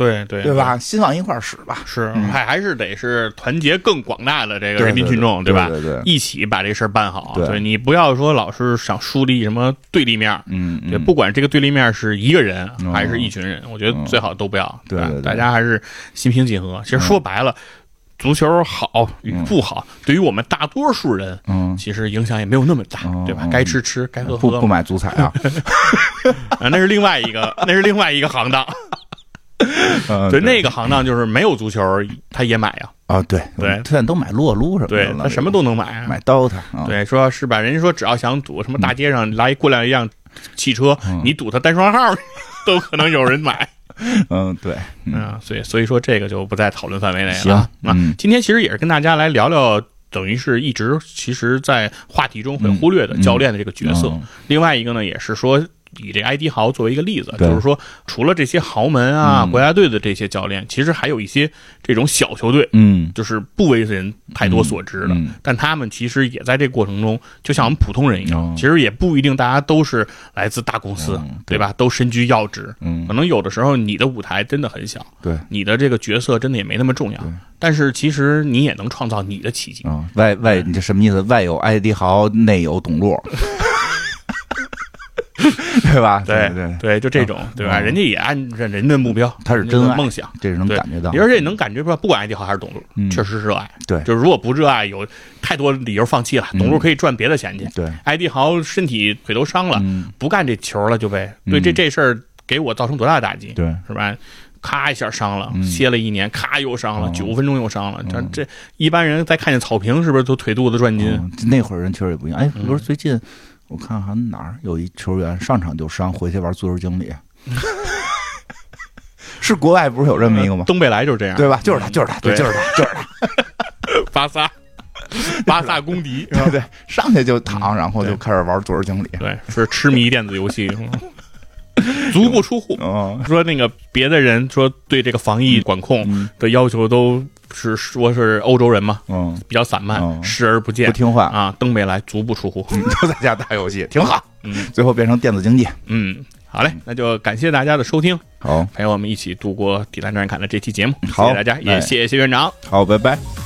对对对吧？心往一块使吧， 是还还是得是团结更广大的这个人民群众， 对吧？ 对对， 一起把这事儿办好。 对， 你不要说老是想树立什么对立面， 嗯， 对，不管这个对立面是一个人还是一群人，我觉得最好都不要， 对对， 大家还是心平气和。其实说白了。足球好与不好，嗯、对于我们大多数人，嗯，其实影响也没有那么大，嗯、对吧？该吃吃，该喝喝。 不不买足彩啊， 啊，那是另外一个，那是另外一个行当。嗯、对，那个行当就是没有足球，他也买呀。 啊，对对， 现在都买撸啊撸什么的， 对他什么都能买啊， 买刀他。 啊、对，说是吧？人家说只要想赌，什么大街上来一过来一辆汽车，嗯、你赌他单双号，都可能有人买。 嗯，对， 嗯，所以所以说这个就不在讨论范围内了。 行， 啊， 嗯、 今天其实也是跟大家来聊聊，等于是一直其实在话题中会忽略的教练的这个角色。 嗯嗯、 另外一个呢，也是说以这个埃迪豪作为一个例子，就是说除了这些豪门啊、 嗯、 国家队的这些教练，其实还有一些这种小球队， 嗯， 就是不为人太多所知的， 嗯嗯、 但他们其实也在这个过程中，就像我们普通人一样， 嗯、 其实也不一定大家都是来自大公司， 嗯、 对吧？都身居要职， 嗯， 可能有的时候你的舞台真的很小， 对， 你的这个角色真的也没那么重要，但是其实你也能创造你的奇迹。 嗯，外外你这什么意思？外有埃迪豪，内有董路。对吧？ 对对对，就这种，对吧？人家也按着人的目标， 他是真爱梦想， 这是能感觉到， 而且也能感觉到，不管埃迪豪还是董路，确实是热爱。 对， 就是如果不热爱，有太多理由放弃了。董路可以赚别的钱去。 对， 埃迪豪身体腿都伤了，不干这球了就呗。对，这这事儿给我造成多大的打击？ 对， 是吧？咔一下伤了，歇了一年，咔又伤了，九分钟又伤了。这这一般人再看见草坪，是不是都腿肚子转筋？ 那会儿人确实也不一样。哎，比如最近。我看好像哪儿有一球员上场就伤，回去玩足球经理，是国外不是有这么一个吗？ 东北来就是这样， 对吧？就是他，就是他，对，就是他，就是他。 巴萨，巴萨公敌， 对对，上去就躺，然后就开始玩足球经理， 对，是痴迷电子游戏。足不出户，说那个别的人说对这个防疫管控的要求都是说是欧洲人嘛，嗯，比较散漫，嗯、视而不见， 不听话啊。东北来足不出户， 嗯、都在家打游戏，挺好。嗯，最后变成电子竞技。 嗯，好嘞，那就感谢大家的收听， 好， 陪我们一起度过《底栏战侃》的这期节目， 好， 谢谢大家，也谢谢院长， 好，拜拜。